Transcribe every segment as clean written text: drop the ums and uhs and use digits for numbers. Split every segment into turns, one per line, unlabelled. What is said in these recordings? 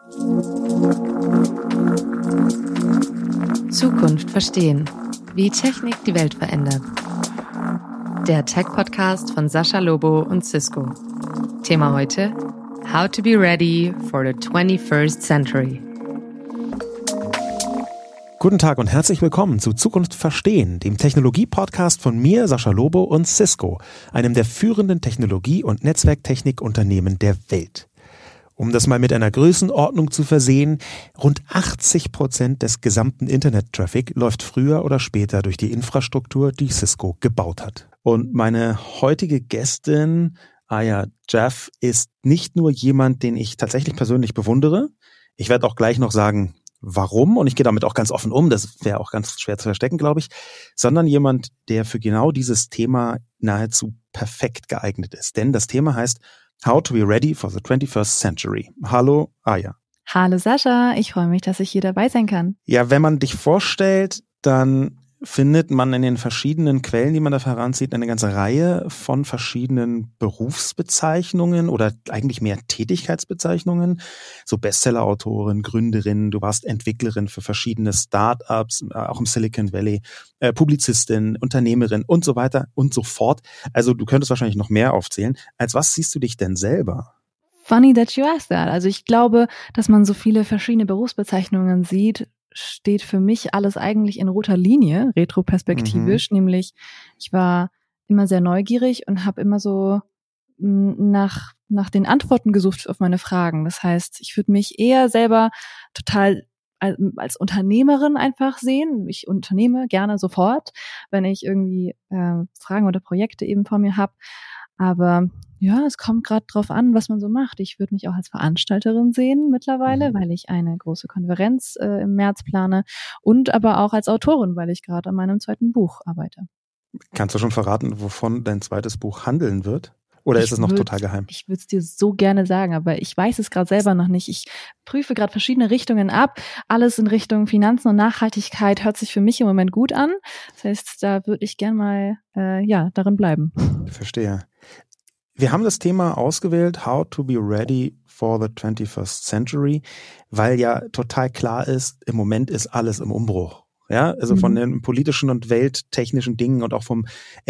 Zukunft verstehen. Wie Technik die Welt verändert. Der Tech-Podcast von Sascha Lobo und Cisco. Thema heute: How to be ready for the 21st century.
Guten Tag und herzlich willkommen zu Zukunft verstehen, dem Technologie-Podcast von mir, Sascha Lobo und Cisco, einem der führenden Technologie- und Netzwerktechnikunternehmen der Welt. Um das mal mit einer Größenordnung zu versehen, rund 80% des gesamten Internet-Traffic läuft früher oder später durch die Infrastruktur, die Cisco gebaut hat. Und meine heutige Gästin, Aya Jaff, ist nicht nur jemand, den ich tatsächlich persönlich bewundere. Ich werde auch gleich noch sagen, warum, und ich gehe damit auch ganz offen um, das wäre auch ganz schwer zu verstecken, glaube ich, sondern jemand, der für genau dieses Thema nahezu perfekt geeignet ist. Denn das Thema heißt How to be ready for the 21st century. Hallo, Aya.
Hallo Sascha, ich freue mich, dass ich hier dabei sein kann.
Ja, wenn man dich vorstellt, dann findet man in den verschiedenen Quellen, die man da heranzieht, eine ganze Reihe von verschiedenen Berufsbezeichnungen oder eigentlich mehr Tätigkeitsbezeichnungen. So Bestseller-Autorin, Gründerin, du warst Entwicklerin für verschiedene Start-ups, auch im Silicon Valley, Publizistin, Unternehmerin und so weiter und so fort. Also du könntest wahrscheinlich noch mehr aufzählen. Als was siehst du dich denn selber?
Funny that you asked that. Also ich glaube, dass man so viele verschiedene Berufsbezeichnungen sieht, steht für mich alles eigentlich in roter Linie, retroperspektivisch, nämlich ich war immer sehr neugierig und habe immer so nach den Antworten gesucht auf meine Fragen. Das heißt, ich würde mich eher selber total als Unternehmerin einfach sehen. Ich unternehme gerne sofort, wenn ich irgendwie Fragen oder Projekte eben vor mir habe. Aber ja, es kommt gerade drauf an, was man so macht. Ich würde mich auch als Veranstalterin sehen mittlerweile, weil ich eine große Konferenz im März plane und aber auch als Autorin, weil ich gerade an meinem zweiten Buch arbeite.
Kannst du schon verraten, wovon dein zweites Buch handeln wird? Oder ist es noch total geheim?
Ich würde es dir so gerne sagen, aber ich weiß es gerade selber noch nicht. Ich prüfe gerade verschiedene Richtungen ab. Alles in Richtung Finanzen und Nachhaltigkeit hört sich für mich im Moment gut an. Das heißt, da würde ich gern mal darin bleiben.
Verstehe. Wir haben das Thema ausgewählt, How to be ready for the 21st century, weil ja total klar ist, im Moment ist alles im Umbruch. Ja, also von den politischen und welttechnischen Dingen und auch vom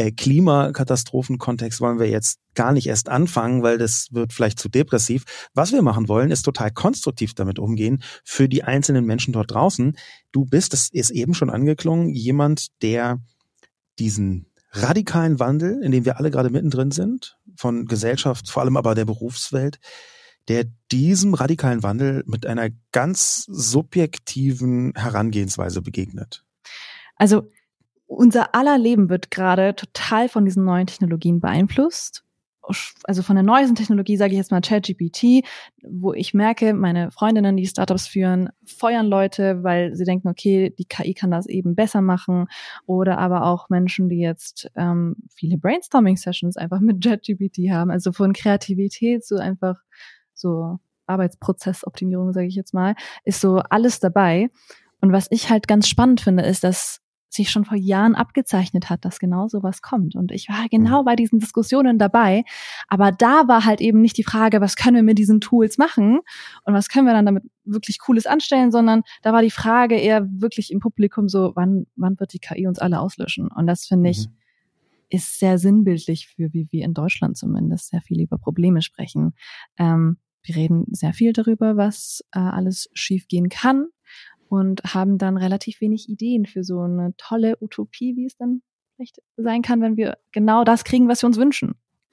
Klimakatastrophenkontext wollen wir jetzt gar nicht erst anfangen, weil das wird vielleicht zu depressiv. Was wir machen wollen, ist total konstruktiv damit umgehen für die einzelnen Menschen dort draußen. Du bist, das ist eben schon angeklungen, jemand, der diesen radikalen Wandel, in dem wir alle gerade mittendrin sind, von Gesellschaft, vor allem aber der Berufswelt, der diesem radikalen Wandel mit einer ganz subjektiven Herangehensweise begegnet.
Also unser aller Leben wird gerade total von diesen neuen Technologien beeinflusst. Also von der neuesten Technologie sage ich jetzt mal ChatGPT, wo ich merke, meine Freundinnen, die Startups führen, feuern Leute, weil sie denken, okay, die KI kann das eben besser machen. Oder aber auch Menschen, die jetzt viele Brainstorming-Sessions einfach mit ChatGPT haben. Also von Kreativität zu einfach so Arbeitsprozessoptimierung, sage ich jetzt mal, ist so alles dabei. Und was ich halt ganz spannend finde, ist, dass sich schon vor Jahren abgezeichnet hat, dass genau sowas kommt. Und ich war genau bei diesen Diskussionen dabei. Aber da war halt eben nicht die Frage, was können wir mit diesen Tools machen und was können wir dann damit wirklich Cooles anstellen, sondern da war die Frage eher wirklich im Publikum so, wann wird die KI uns alle auslöschen? Und das finde ich ist sehr sinnbildlich für, wie wir in Deutschland zumindest sehr viel über Probleme sprechen. Wir reden sehr viel darüber, was alles schiefgehen kann und haben dann relativ wenig Ideen für so eine tolle Utopie, wie es dann vielleicht sein kann, wenn wir genau das kriegen, was wir uns wünschen.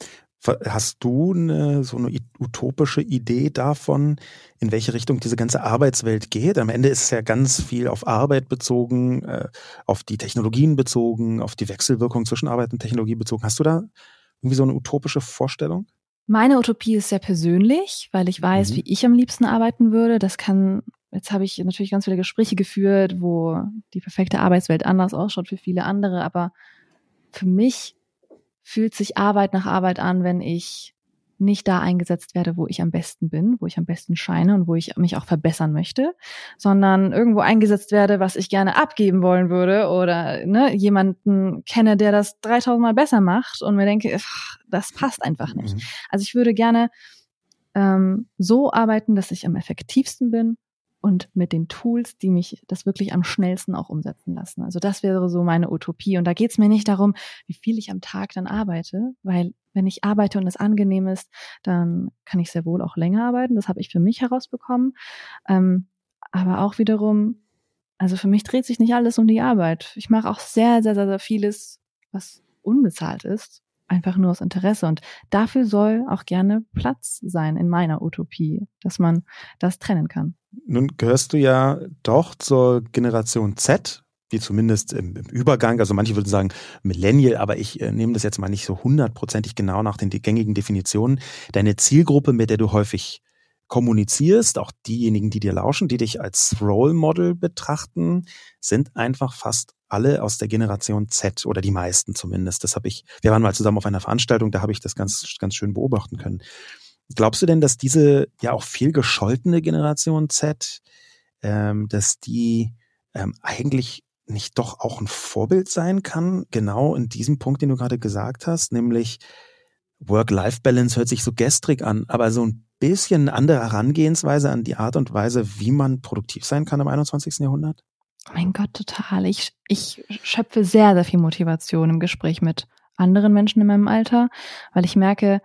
Hast du so eine utopische Idee davon, in welche Richtung diese ganze Arbeitswelt geht? Am Ende ist es ja ganz viel auf Arbeit bezogen, auf die Technologien bezogen, auf die Wechselwirkung zwischen Arbeit und Technologie bezogen. Hast du da irgendwie so eine utopische Vorstellung?
Meine Utopie ist sehr persönlich, weil ich weiß, wie ich am liebsten arbeiten würde. Jetzt habe ich natürlich ganz viele Gespräche geführt, wo die perfekte Arbeitswelt anders ausschaut für viele andere, aber für mich fühlt sich Arbeit nach Arbeit an, wenn ich nicht da eingesetzt werde, wo ich am besten bin, wo ich am besten scheine und wo ich mich auch verbessern möchte, sondern irgendwo eingesetzt werde, was ich gerne abgeben wollen würde oder jemanden kenne, der das 3000 Mal besser macht und mir denke, das passt einfach nicht. Also ich würde gerne so arbeiten, dass ich am effektivsten bin und mit den Tools, die mich das wirklich am schnellsten auch umsetzen lassen. Also das wäre so meine Utopie. Und da geht es mir nicht darum, wie viel ich am Tag dann arbeite, weil wenn ich arbeite und es angenehm ist, dann kann ich sehr wohl auch länger arbeiten. Das habe ich für mich herausbekommen. Aber auch wiederum, also für mich dreht sich nicht alles um die Arbeit. Ich mache auch sehr, sehr, sehr, sehr vieles, was unbezahlt ist, einfach nur aus Interesse. Und dafür soll auch gerne Platz sein in meiner Utopie, dass man das trennen kann.
Nun gehörst du ja doch zur Generation Z, wie zumindest im Übergang, also manche würden sagen Millennial, aber ich nehme das jetzt mal nicht so 100%ig genau nach den gängigen Definitionen. Deine Zielgruppe, mit der du häufig kommunizierst, auch diejenigen, die dir lauschen, die dich als Role Model betrachten, sind einfach fast alle aus der Generation Z oder die meisten zumindest. Wir waren mal zusammen auf einer Veranstaltung, da habe ich das ganz, ganz schön beobachten können. Glaubst du denn, dass diese ja auch viel gescholtene Generation Z, dass die eigentlich nicht doch auch ein Vorbild sein kann, genau in diesem Punkt, den du gerade gesagt hast, nämlich Work-Life-Balance hört sich so gestrig an, aber so ein bisschen eine andere Herangehensweise an die Art und Weise, wie man produktiv sein kann im 21. Jahrhundert?
Oh mein Gott, total. Ich schöpfe sehr, sehr viel Motivation im Gespräch mit anderen Menschen in meinem Alter, weil ich merke,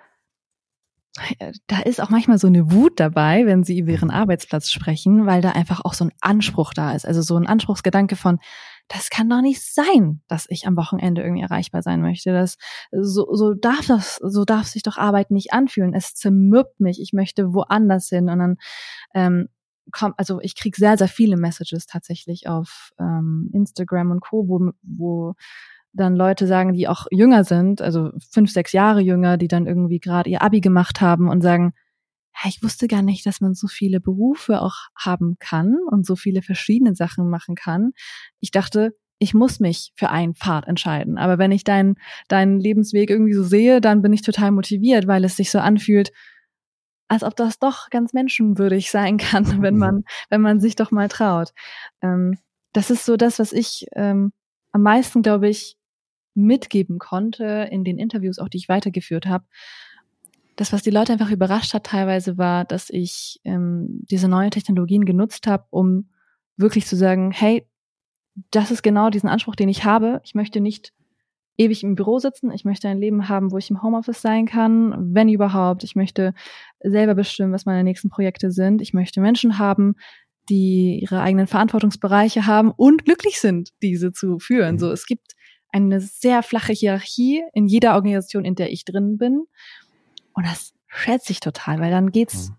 da ist auch manchmal so eine Wut dabei, wenn sie über ihren Arbeitsplatz sprechen, weil da einfach auch so ein Anspruch da ist. Also so ein Anspruchsgedanke von, das kann doch nicht sein, dass ich am Wochenende irgendwie erreichbar sein möchte. So darf sich doch Arbeit nicht anfühlen. Es zermürbt mich. Ich möchte woanders hin. Und dann also ich kriege sehr, sehr viele Messages tatsächlich auf Instagram und Co., wo dann Leute sagen, die auch jünger sind, also 5, 6 Jahre jünger, die dann irgendwie gerade ihr Abi gemacht haben und sagen, ich wusste gar nicht, dass man so viele Berufe auch haben kann und so viele verschiedene Sachen machen kann. Ich dachte, ich muss mich für einen Pfad entscheiden. Aber wenn ich deinen Lebensweg irgendwie so sehe, dann bin ich total motiviert, weil es sich so anfühlt, als ob das doch ganz menschenwürdig sein kann, wenn man sich doch mal traut. Das ist so das, was ich am meisten, glaube ich, mitgeben konnte in den Interviews, auch die ich weitergeführt habe. Das, was die Leute einfach überrascht hat teilweise, war, dass ich diese neuen Technologien genutzt habe, um wirklich zu sagen, hey, das ist genau diesen Anspruch, den ich habe. Ich möchte nicht ewig im Büro sitzen. Ich möchte ein Leben haben, wo ich im Homeoffice sein kann, wenn überhaupt. Ich möchte selber bestimmen, was meine nächsten Projekte sind. Ich möchte Menschen haben, die ihre eigenen Verantwortungsbereiche haben und glücklich sind, diese zu führen. So, es gibt eine sehr flache Hierarchie in jeder Organisation, in der ich drin bin. Und das schätze ich total, weil dann geht's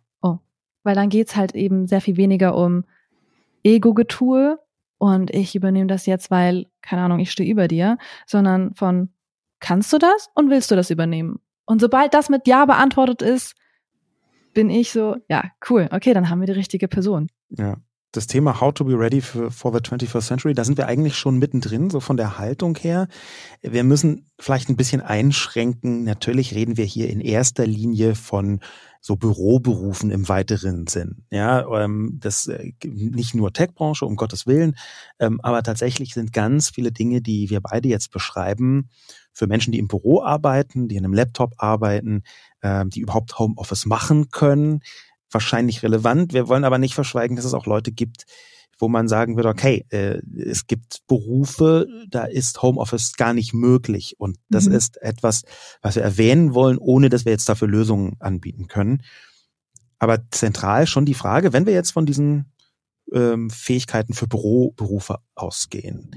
halt eben sehr viel weniger um Ego-Getue und ich übernehme das jetzt, weil, keine Ahnung, ich stehe über dir, sondern von, kannst du das und willst du das übernehmen? Und sobald das mit Ja beantwortet ist, bin ich so, ja, cool, okay, dann haben wir die richtige Person.
Ja. Das Thema How to be ready for the 21st century, da sind wir eigentlich schon mittendrin, so von der Haltung her. Wir müssen vielleicht ein bisschen einschränken. Natürlich reden wir hier in erster Linie von so Büroberufen im weiteren Sinn. Ja, das nicht nur Tech-Branche, um Gottes Willen, aber tatsächlich sind ganz viele Dinge, die wir beide jetzt beschreiben, für Menschen, die im Büro arbeiten, die in einem Laptop arbeiten, die überhaupt Homeoffice machen können, wahrscheinlich relevant. Wir wollen aber nicht verschweigen, dass es auch Leute gibt, wo man sagen würde, okay, es gibt Berufe, da ist Homeoffice gar nicht möglich. Und das ist etwas, was wir erwähnen wollen, ohne dass wir jetzt dafür Lösungen anbieten können. Aber zentral schon die Frage, wenn wir jetzt von diesen Fähigkeiten für Büroberufe ausgehen,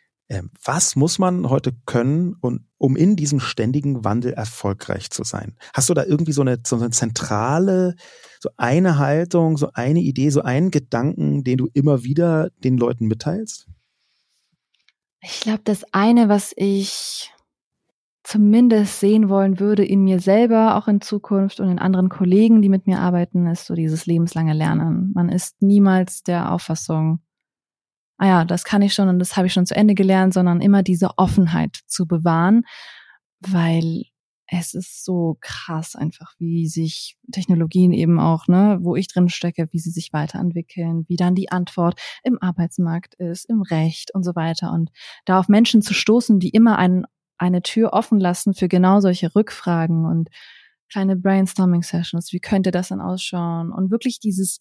was muss man heute können, um in diesem ständigen Wandel erfolgreich zu sein? Hast du da irgendwie so eine zentrale, so eine Haltung, so eine Idee, so einen Gedanken, den du immer wieder den Leuten mitteilst?
Ich glaube, das eine, was ich zumindest sehen wollen würde in mir selber, auch in Zukunft und in anderen Kollegen, die mit mir arbeiten, ist so dieses lebenslange Lernen. Man ist niemals der Auffassung, das kann ich schon und das habe ich schon zu Ende gelernt, sondern immer diese Offenheit zu bewahren, weil es ist so krass einfach, wie sich Technologien eben auch, wo ich drin stecke, wie sie sich weiterentwickeln, wie dann die Antwort im Arbeitsmarkt ist, im Recht und so weiter. Und da auf Menschen zu stoßen, die immer eine Tür offen lassen für genau solche Rückfragen und kleine Brainstorming-Sessions, wie könnte das dann ausschauen? Und wirklich dieses,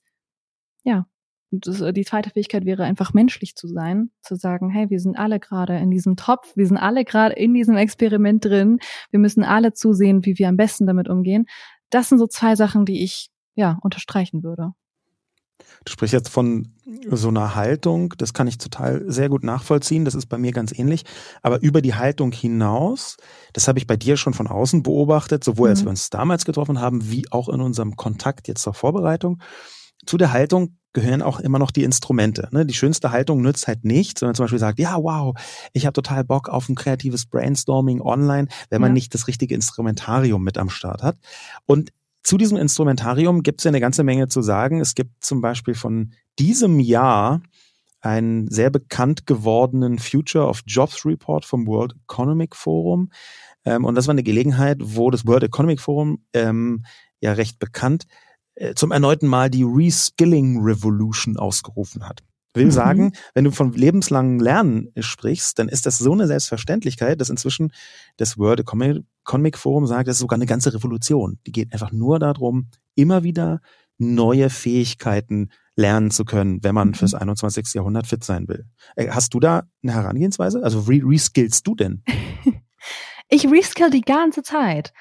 die zweite Fähigkeit wäre einfach menschlich zu sein, zu sagen, hey, wir sind alle gerade in diesem Topf, wir sind alle gerade in diesem Experiment drin, wir müssen alle zusehen, wie wir am besten damit umgehen. Das sind so 2 Sachen, die ich unterstreichen würde.
Du sprichst jetzt von so einer Haltung, das kann ich total sehr gut nachvollziehen, das ist bei mir ganz ähnlich, aber über die Haltung hinaus, das habe ich bei dir schon von außen beobachtet, sowohl als wir uns damals getroffen haben, wie auch in unserem Kontakt jetzt zur Vorbereitung. Zu der Haltung gehören auch immer noch die Instrumente. Ne? Die schönste Haltung nützt halt nichts, wenn man zum Beispiel sagt, ja, wow, ich habe total Bock auf ein kreatives Brainstorming online, wenn man nicht das richtige Instrumentarium mit am Start hat. Und zu diesem Instrumentarium gibt es ja eine ganze Menge zu sagen. Es gibt zum Beispiel von diesem Jahr einen sehr bekannt gewordenen Future of Jobs Report vom World Economic Forum. Und das war eine Gelegenheit, wo das World Economic Forum recht bekannt zum erneuten Mal die Reskilling Revolution ausgerufen hat. Will sagen, wenn du von lebenslangem Lernen sprichst, dann ist das so eine Selbstverständlichkeit, dass inzwischen das World Economic Forum sagt, das ist sogar eine ganze Revolution. Die geht einfach nur darum, immer wieder neue Fähigkeiten lernen zu können, wenn man fürs 21. Jahrhundert fit sein will. Hast du da eine Herangehensweise? Also reskillst du denn?
Ich reskill die ganze Zeit.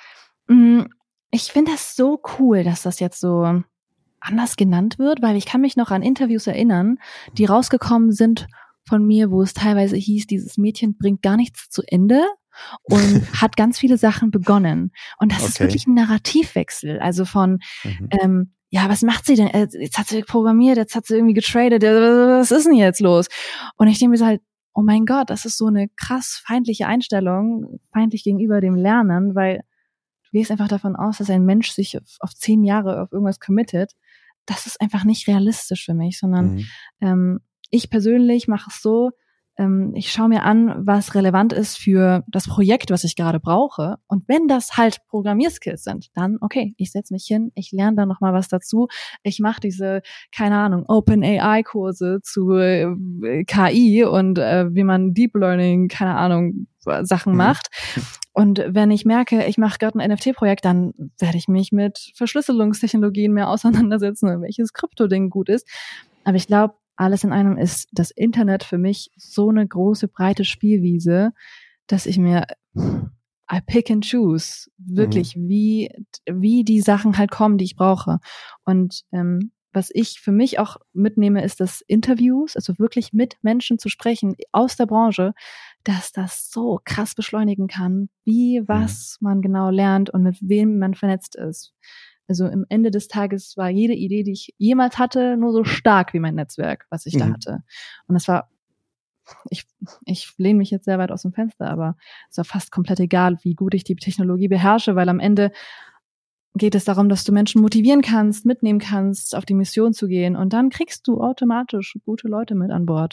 Ich finde das so cool, dass das jetzt so anders genannt wird, weil ich kann mich noch an Interviews erinnern, die rausgekommen sind von mir, wo es teilweise hieß, dieses Mädchen bringt gar nichts zu Ende und hat ganz viele Sachen begonnen. Und das ist wirklich ein Narrativwechsel. Also von, was macht sie denn? Jetzt hat sie programmiert, jetzt hat sie irgendwie getradet, was ist denn jetzt los? Und ich denke mir so halt, oh mein Gott, das ist so eine krass feindliche Einstellung, feindlich gegenüber dem Lernen, weil du gehst einfach davon aus, dass ein Mensch sich auf 10 Jahre auf irgendwas committet. Das ist einfach nicht realistisch für mich, sondern ich persönlich mache es so, ich schaue mir an, was relevant ist für das Projekt, was ich gerade brauche. Und wenn das halt Programmierskills sind, dann okay, ich setze mich hin, ich lerne da nochmal was dazu. Ich mache diese, keine Ahnung, OpenAI-Kurse zu KI und wie man Deep Learning, keine Ahnung, Sachen macht. Und wenn ich merke, ich mache gerade ein NFT-Projekt, dann werde ich mich mit Verschlüsselungstechnologien mehr auseinandersetzen, welches Krypto-Ding gut ist. Aber ich glaube, alles in einem ist das Internet für mich so eine große, breite Spielwiese, dass ich mir I pick and choose, wirklich, wie die Sachen halt kommen, die ich brauche. Und was ich für mich auch mitnehme, ist das Interviews, also wirklich mit Menschen zu sprechen aus der Branche, dass das so krass beschleunigen kann, wie was man genau lernt und mit wem man vernetzt ist. Also am Ende des Tages war jede Idee, die ich jemals hatte, nur so stark wie mein Netzwerk, was ich da hatte. Und das war, ich lehne mich jetzt sehr weit aus dem Fenster, aber es war fast komplett egal, wie gut ich die Technologie beherrsche, weil am Ende geht es darum, dass du Menschen motivieren kannst, mitnehmen kannst, auf die Mission zu gehen. Und dann kriegst du automatisch gute Leute mit an Bord.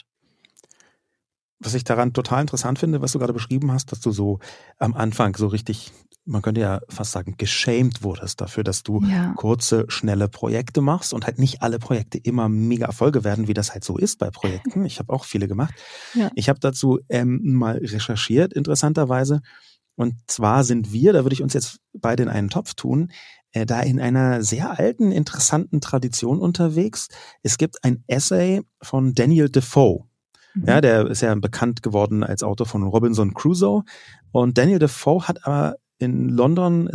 Was ich daran total interessant finde, was du gerade beschrieben hast, dass du so am Anfang so richtig, man könnte ja fast sagen, geschämt wurdest dafür, dass du kurze, schnelle Projekte machst und halt nicht alle Projekte immer mega Erfolge werden, wie das halt so ist bei Projekten. Ich habe auch viele gemacht. Ja. Ich habe dazu mal recherchiert, interessanterweise. Und zwar sind wir, da würde ich uns jetzt beide in einen Topf tun, da in einer sehr alten, interessanten Tradition unterwegs. Es gibt ein Essay von Daniel Defoe. Ja, der ist ja bekannt geworden als Autor von Robinson Crusoe. Und Daniel Defoe hat aber in London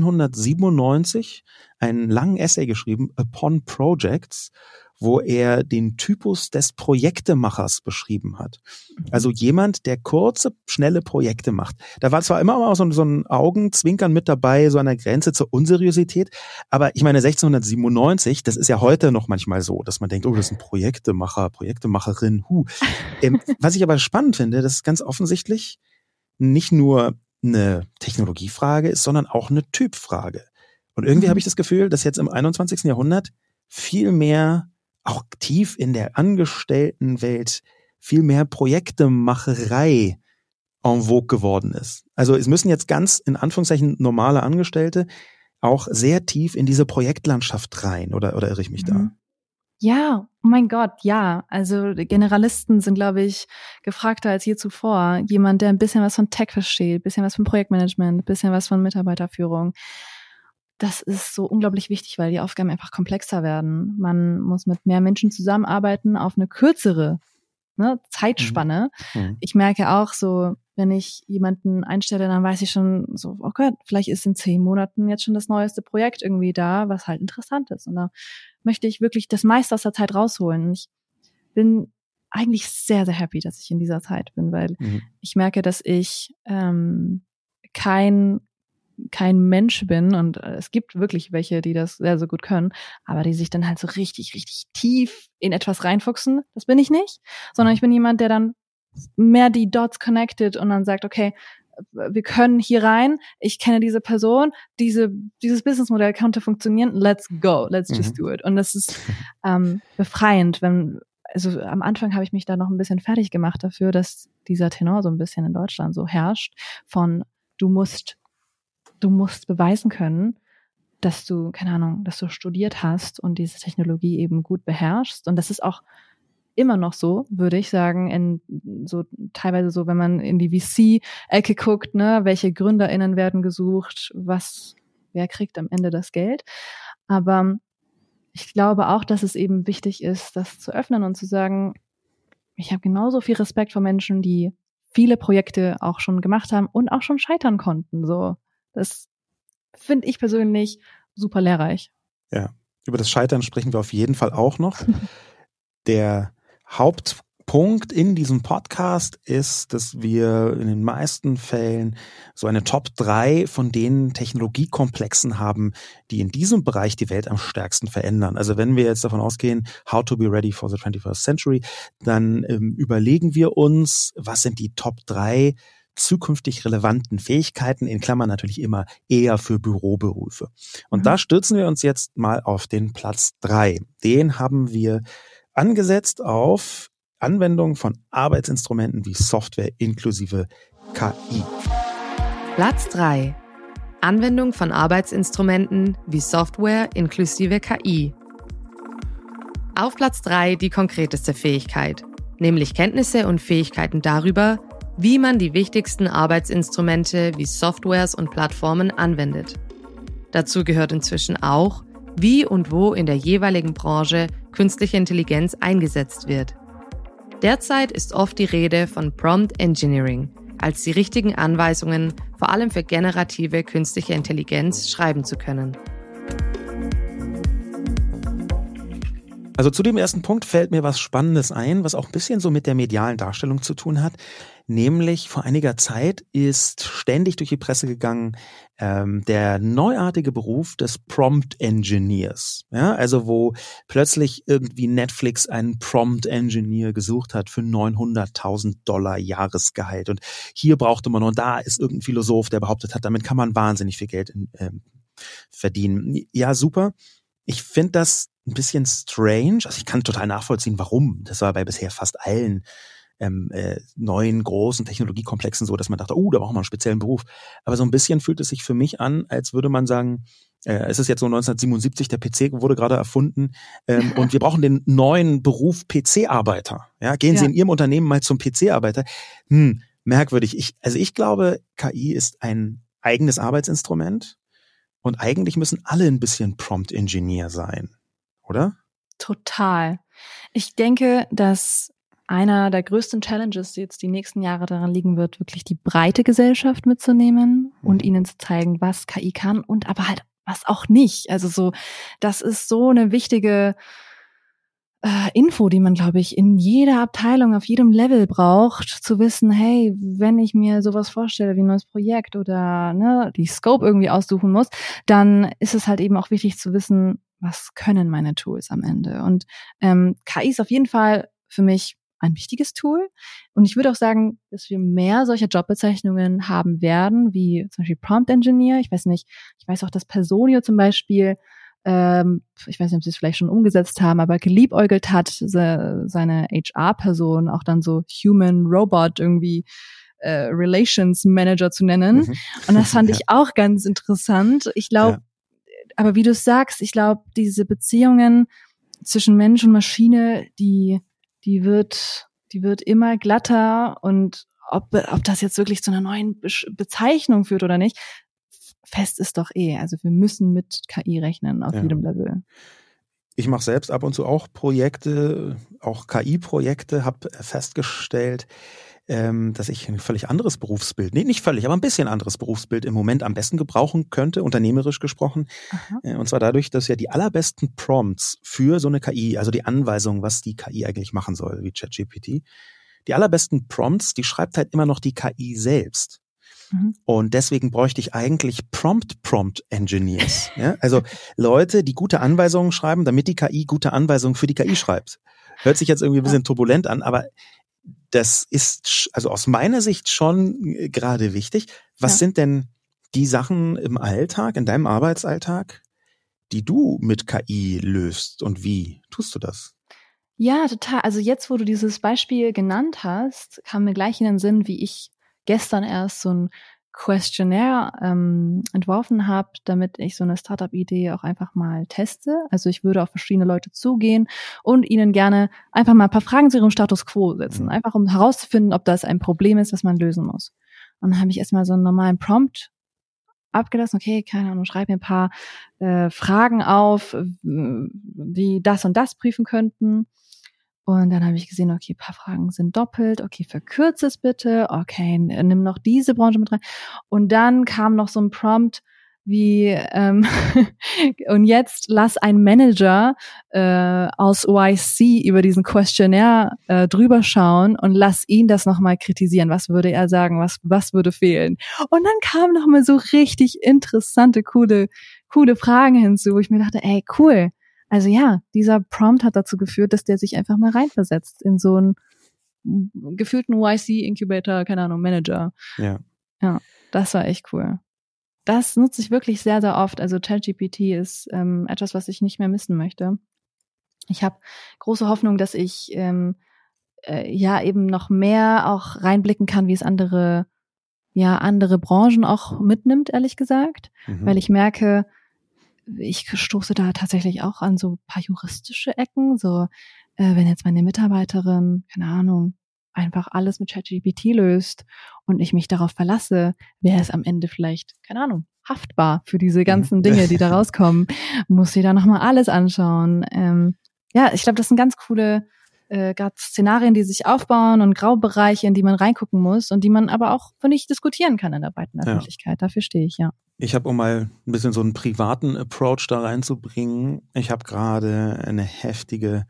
1697 einen langen Essay geschrieben, Upon Projects, wo er den Typus des Projektemachers beschrieben hat. Also jemand, der kurze, schnelle Projekte macht. Da war zwar immer so ein Augenzwinkern mit dabei, so an der Grenze zur Unseriosität, aber ich meine 1697, das ist ja heute noch manchmal so, dass man denkt, oh, das ist ein Projektemacher, Projektemacherin, Was ich aber spannend finde, das ist ganz offensichtlich nicht nur eine Technologiefrage ist, sondern auch eine Typfrage. Und irgendwie habe ich das Gefühl, dass jetzt im 21. Jahrhundert viel mehr, auch tief in der Angestelltenwelt, viel mehr Projektemacherei en vogue geworden ist. Also es müssen jetzt ganz, in Anführungszeichen, normale Angestellte auch sehr tief in diese Projektlandschaft rein, oder irre ich mich da?
Ja, oh mein Gott, ja. Also Generalisten sind, glaube ich, gefragter als je zuvor. Jemand, der ein bisschen was von Tech versteht, ein bisschen was von Projektmanagement, ein bisschen was von Mitarbeiterführung. das ist so unglaublich wichtig, weil die Aufgaben einfach komplexer werden. Man muss mit mehr Menschen zusammenarbeiten auf eine kürzere Zeitspanne. Ich merke auch so, wenn ich jemanden einstelle, dann weiß ich schon so, oh Gott, vielleicht ist in 10 Monaten jetzt schon das neueste Projekt irgendwie da, was halt interessant ist. Und da möchte ich wirklich das meiste aus der Zeit rausholen. Ich bin eigentlich sehr, sehr happy, dass ich in dieser Zeit bin, weil ich merke, dass ich kein Mensch bin, und es gibt wirklich welche, die das sehr, sehr gut können, aber die sich dann halt so richtig, richtig tief in etwas reinfuchsen. Das bin ich nicht, sondern ich bin jemand, der dann mehr die Dots connected und dann sagt, okay, wir können hier rein, ich kenne diese Person, dieses Businessmodell könnte funktionieren, let's go, let's just do it. Und das ist befreiend, also am Anfang habe ich mich da noch ein bisschen fertig gemacht dafür, dass dieser Tenor so ein bisschen in Deutschland so herrscht von du musst beweisen können, dass du, keine Ahnung, dass du studiert hast und diese Technologie eben gut beherrschst. Und das ist auch immer noch so, würde ich sagen, teilweise so, wenn man in die VC-Ecke guckt, ne, welche GründerInnen werden gesucht, wer kriegt am Ende das Geld. Aber ich glaube auch, dass es eben wichtig ist, das zu öffnen und zu sagen, ich habe genauso viel Respekt vor Menschen, die viele Projekte auch schon gemacht haben und auch schon scheitern konnten. So, das finde ich persönlich super lehrreich.
Ja, über das Scheitern sprechen wir auf jeden Fall auch noch. Der Hauptpunkt in diesem Podcast ist, dass wir in den meisten Fällen so eine Top 3 von den Technologiekomplexen haben, die in diesem Bereich die Welt am stärksten verändern. Also wenn wir jetzt davon ausgehen, how to be ready for the 21st century, dann überlegen wir uns, was sind die Top 3 zukünftig relevanten Fähigkeiten, in Klammern natürlich immer eher für Büroberufe. Und da stürzen wir uns jetzt mal auf den Platz 3. Den haben wir angesetzt auf Anwendung von Arbeitsinstrumenten wie Software inklusive KI.
Platz 3. Anwendung von Arbeitsinstrumenten wie Software inklusive KI. Auf Platz 3 die konkreteste Fähigkeit, nämlich Kenntnisse und Fähigkeiten darüber, wie man die wichtigsten Arbeitsinstrumente wie Softwares und Plattformen anwendet. Dazu gehört inzwischen auch, wie und wo in der jeweiligen Branche künstliche Intelligenz eingesetzt wird. Derzeit ist oft die Rede von Prompt Engineering, als die richtigen Anweisungen vor allem für generative künstliche Intelligenz schreiben zu können.
Also zu dem ersten Punkt fällt mir was Spannendes ein, was auch ein bisschen so mit der medialen Darstellung zu tun hat. Nämlich vor einiger Zeit ist ständig durch die Presse gegangen der neuartige Beruf des Prompt Engineers. Ja, also wo plötzlich irgendwie Netflix einen Prompt Engineer gesucht hat für $900.000 Jahresgehalt. Und hier brauchte man, und da ist irgendein Philosoph, der behauptet hat, damit kann man wahnsinnig viel Geld verdienen. Ja, super. Ich finde das ein bisschen strange. Also ich kann total nachvollziehen, warum. Das war bei bisher fast allen neuen großen Technologiekomplexen so, dass man dachte, da braucht man einen speziellen Beruf. Aber so ein bisschen fühlt es sich für mich an, als würde man sagen, es ist jetzt so 1977, der PC wurde gerade erfunden und wir brauchen den neuen Beruf PC-Arbeiter. Ja, gehen Sie in Ihrem Unternehmen mal zum PC-Arbeiter. Merkwürdig. Ich glaube, KI ist ein eigenes Arbeitsinstrument und eigentlich müssen alle ein bisschen Prompt-Engineer sein, oder?
Total. Ich denke, dass einer der größten Challenges, die jetzt die nächsten Jahre daran liegen wird, wirklich die breite Gesellschaft mitzunehmen und ihnen zu zeigen, was KI kann und aber halt was auch nicht. Also so, das ist so eine wichtige Info, die man, glaube ich, in jeder Abteilung, auf jedem Level braucht, zu wissen, hey, wenn ich mir sowas vorstelle wie ein neues Projekt oder die Scope irgendwie aussuchen muss, dann ist es halt eben auch wichtig zu wissen, was können meine Tools am Ende. Und KI ist auf jeden Fall für mich ein wichtiges Tool. Und ich würde auch sagen, dass wir mehr solcher Jobbezeichnungen haben werden, wie zum Beispiel Prompt Engineer. Ich weiß auch, dass Personio zum Beispiel, ich weiß nicht, ob sie es vielleicht schon umgesetzt haben, aber geliebäugelt hat, seine HR-Person auch dann so Human-Robot irgendwie Relations Manager zu nennen. Und das fand ich auch ganz interessant. Ich glaube, aber wie du sagst, ich glaube, diese Beziehungen zwischen Mensch und Maschine, die wird immer glatter, und ob das jetzt wirklich zu einer neuen Bezeichnung führt oder nicht, fest ist doch also wir müssen mit KI rechnen auf jedem Level.
Ich mache selbst ab und zu auch Projekte, auch KI-Projekte, habe festgestellt, dass ich ein völlig anderes Berufsbild, nicht völlig, aber ein bisschen anderes Berufsbild im Moment am besten gebrauchen könnte, unternehmerisch gesprochen. Aha. Und zwar dadurch, dass ja die allerbesten Prompts für so eine KI, also die Anweisung, was die KI eigentlich machen soll, wie ChatGPT, die allerbesten Prompts, die schreibt halt immer noch die KI selbst. Und deswegen bräuchte ich eigentlich Prompt-Engineers. Ja? Also Leute, die gute Anweisungen schreiben, damit die KI gute Anweisungen für die KI schreibt. Hört sich jetzt irgendwie ein bisschen turbulent an, aber das ist also aus meiner Sicht schon gerade wichtig. Was sind denn die Sachen im Alltag, in deinem Arbeitsalltag, die du mit KI löst und wie tust du das?
Ja, total. Also jetzt, wo du dieses Beispiel genannt hast, kam mir gleich in den Sinn, wie ich gestern erst so ein Questionnaire entworfen habe, damit ich so eine Startup-Idee auch einfach mal teste. Also ich würde auf verschiedene Leute zugehen und ihnen gerne einfach mal ein paar Fragen zu ihrem Status Quo setzen, einfach um herauszufinden, ob das ein Problem ist, was man lösen muss. Und dann habe ich erstmal so einen normalen Prompt abgelassen, okay, keine Ahnung, schreib mir ein paar Fragen auf, die das und das prüfen könnten. Und dann habe ich gesehen, okay, ein paar Fragen sind doppelt, okay, verkürze es bitte, okay, nimm noch diese Branche mit rein. Und dann kam noch so ein Prompt wie, und jetzt lass ein Manager aus YC über diesen Questionnaire drüber schauen und lass ihn das nochmal kritisieren. Was würde er sagen, was würde fehlen? Und dann kamen nochmal so richtig interessante, coole Fragen hinzu, wo ich mir dachte, ey, cool. Also ja, dieser Prompt hat dazu geführt, dass der sich einfach mal reinversetzt in so einen gefühlten YC-Incubator, keine Ahnung, Manager. Ja, das war echt cool. Das nutze ich wirklich sehr, sehr oft. Also ChatGPT ist etwas, was ich nicht mehr missen möchte. Ich habe große Hoffnung, dass ich eben noch mehr auch reinblicken kann, wie es andere Branchen auch mitnimmt, ehrlich gesagt. Weil ich merke, ich stoße da tatsächlich auch an so ein paar juristische Ecken, so wenn jetzt meine Mitarbeiterin, keine Ahnung, einfach alles mit ChatGPT löst und ich mich darauf verlasse, wäre es am Ende vielleicht, keine Ahnung, haftbar für diese ganzen Dinge, die da rauskommen, muss sie da nochmal alles anschauen. Ich glaube, das sind ganz coole gerade Szenarien, die sich aufbauen und Graubereiche, in die man reingucken muss und die man aber auch, finde ich, diskutieren kann in der breiten Öffentlichkeit. Dafür stehe ich, ja.
Ich habe, um mal ein bisschen so einen privaten Approach da reinzubringen, ich habe gerade eine heftige,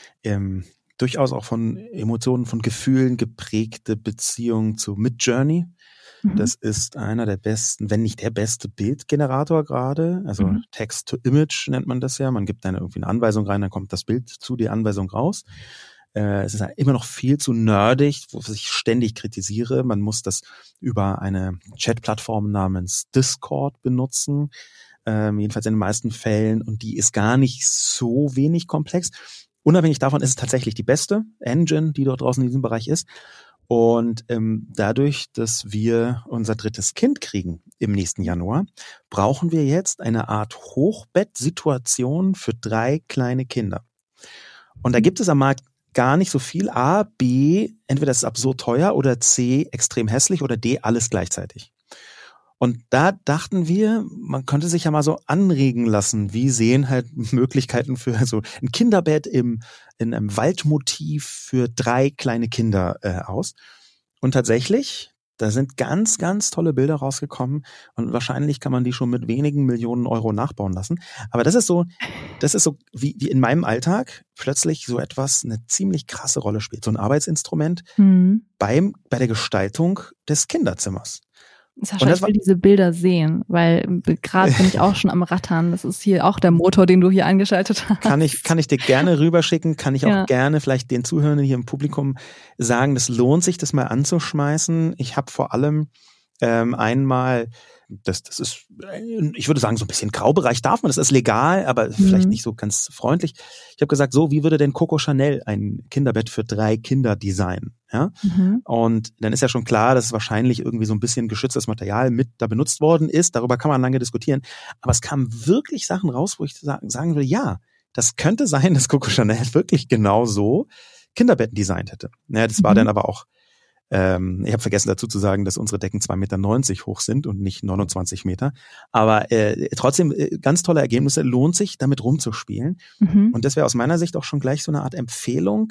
durchaus auch von Emotionen, von Gefühlen geprägte Beziehung zu Midjourney. Das ist einer der besten, wenn nicht der beste Bildgenerator gerade. Also Text-to-Image nennt man das ja. Man gibt dann irgendwie eine Anweisung rein, dann kommt das Bild zu der Anweisung raus. Es ist immer noch viel zu nerdig, wo ich ständig kritisiere. Man muss das über eine Chat-Plattform namens Discord benutzen, jedenfalls in den meisten Fällen. Und die ist gar nicht so wenig komplex. Unabhängig davon ist es tatsächlich die beste Engine, die dort draußen in diesem Bereich ist. Und dadurch, dass wir unser drittes Kind kriegen im nächsten Januar, brauchen wir jetzt eine Art Hochbettsituation für 3 kleine Kinder. Und da gibt es am Markt gar nicht so viel. A, B, entweder ist es absurd teuer oder C, extrem hässlich oder D, alles gleichzeitig. Und da dachten wir, man könnte sich ja mal so anregen lassen, wie sehen halt Möglichkeiten für so ein Kinderbett in einem Waldmotiv für 3 kleine Kinder aus. Und tatsächlich, da sind ganz, ganz tolle Bilder rausgekommen und wahrscheinlich kann man die schon mit wenigen Millionen Euro nachbauen lassen. Aber das ist so wie in meinem Alltag plötzlich so etwas eine ziemlich krasse Rolle spielt. So ein Arbeitsinstrument bei der Gestaltung des Kinderzimmers.
Sascha, ich will diese Bilder sehen, weil gerade bin ich auch schon am Rattern. Das ist hier auch der Motor, den du hier angeschaltet hast.
Kann ich dir gerne rüberschicken, kann ich auch gerne vielleicht den Zuhörern hier im Publikum sagen, das lohnt sich, das mal anzuschmeißen. Ich habe vor allem einmal, das ist, ich würde sagen, so ein bisschen Graubereich darf man, das ist legal, aber vielleicht nicht so ganz freundlich. Ich habe gesagt, so, wie würde denn Coco Chanel ein Kinderbett für 3 Kinder designen? Ja? Und dann ist ja schon klar, dass es wahrscheinlich irgendwie so ein bisschen geschütztes Material mit da benutzt worden ist. Darüber kann man lange diskutieren. Aber es kamen wirklich Sachen raus, wo ich sagen will, ja, das könnte sein, dass Coco Chanel wirklich genau so Kinderbetten designt hätte. Naja, das war dann aber auch Ich habe vergessen dazu zu sagen, dass unsere Decken 2,90 Meter hoch sind und nicht 29 Meter. Aber trotzdem ganz tolle Ergebnisse, lohnt sich, damit rumzuspielen. Und das wäre aus meiner Sicht auch schon gleich so eine Art Empfehlung,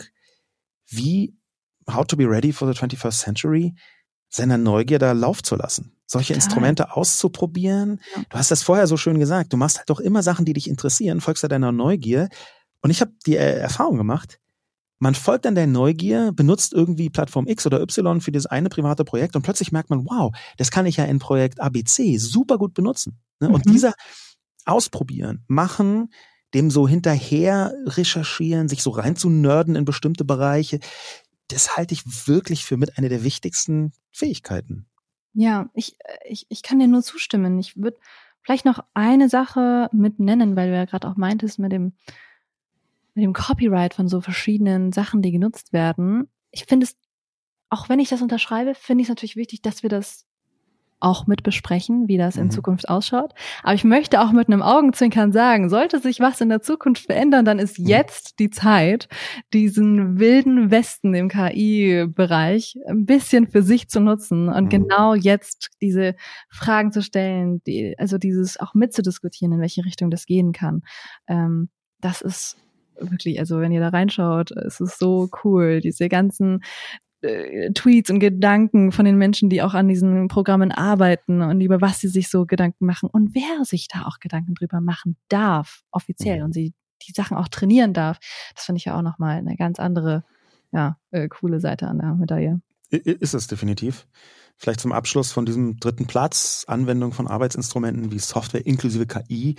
wie How to be ready for the 21st century, seiner Neugier da Lauf zu lassen. Solche Instrumente auszuprobieren. Ja. Du hast das vorher so schön gesagt. Du machst halt doch immer Sachen, die dich interessieren, folgst ja deiner Neugier. Und ich habe die Erfahrung gemacht, man folgt dann der Neugier, benutzt irgendwie Plattform X oder Y für dieses eine private Projekt und plötzlich merkt man, wow, das kann ich ja in Projekt ABC super gut benutzen. Ne? Und dieser Ausprobieren, Machen, dem so hinterher recherchieren, sich so rein zu nerden in bestimmte Bereiche, das halte ich wirklich für mit einer der wichtigsten Fähigkeiten.
Ja, ich kann dir nur zustimmen. Ich würde vielleicht noch eine Sache mit nennen, weil du ja gerade auch meintest mit dem Copyright von so verschiedenen Sachen, die genutzt werden. Ich finde es, auch wenn ich das unterschreibe, finde ich es natürlich wichtig, dass wir das auch mit besprechen, wie das in Zukunft ausschaut. Aber ich möchte auch mit einem Augenzwinkern sagen, sollte sich was in der Zukunft verändern, dann ist jetzt die Zeit, diesen wilden Westen im KI-Bereich ein bisschen für sich zu nutzen und genau jetzt diese Fragen zu stellen, also dieses auch mitzudiskutieren, in welche Richtung das gehen kann. Das ist wirklich, also wenn ihr da reinschaut, es ist so cool, diese ganzen Tweets und Gedanken von den Menschen, die auch an diesen Programmen arbeiten und über was sie sich so Gedanken machen und wer sich da auch Gedanken drüber machen darf, offiziell, und sie die Sachen auch trainieren darf. Das finde ich ja auch nochmal eine ganz andere, coole Seite an der Medaille.
Ist es definitiv. Vielleicht zum Abschluss von diesem dritten Platz, Anwendung von Arbeitsinstrumenten wie Software inklusive KI.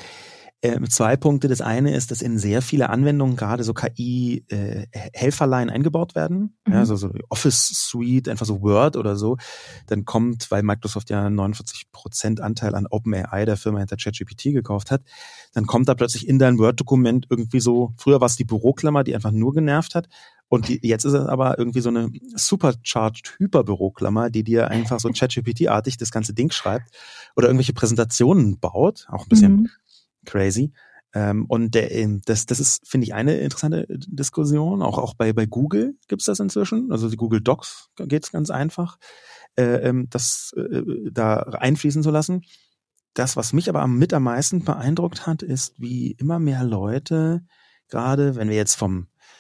2 Punkte. Das eine ist, dass in sehr viele Anwendungen gerade so KI-Helferlein eingebaut werden. Ja, also so Office Suite, einfach so Word oder so. Dann kommt, weil Microsoft ja 49% Anteil an OpenAI, der Firma hinter ChatGPT, gekauft hat, dann kommt da plötzlich in dein Word-Dokument irgendwie so, früher war es die Büroklammer, die einfach nur genervt hat. Und jetzt ist es aber irgendwie so eine supercharged Hyperbüroklammer, die dir einfach so ChatGPT-artig das ganze Ding schreibt oder irgendwelche Präsentationen baut. Auch ein bisschen crazy. Und das ist, finde ich, eine interessante Diskussion. Auch bei Google gibt's das inzwischen. Also die Google Docs geht's ganz einfach, das da einfließen zu lassen. Das, was mich aber am meisten beeindruckt hat, ist, wie immer mehr Leute, gerade wenn wir jetzt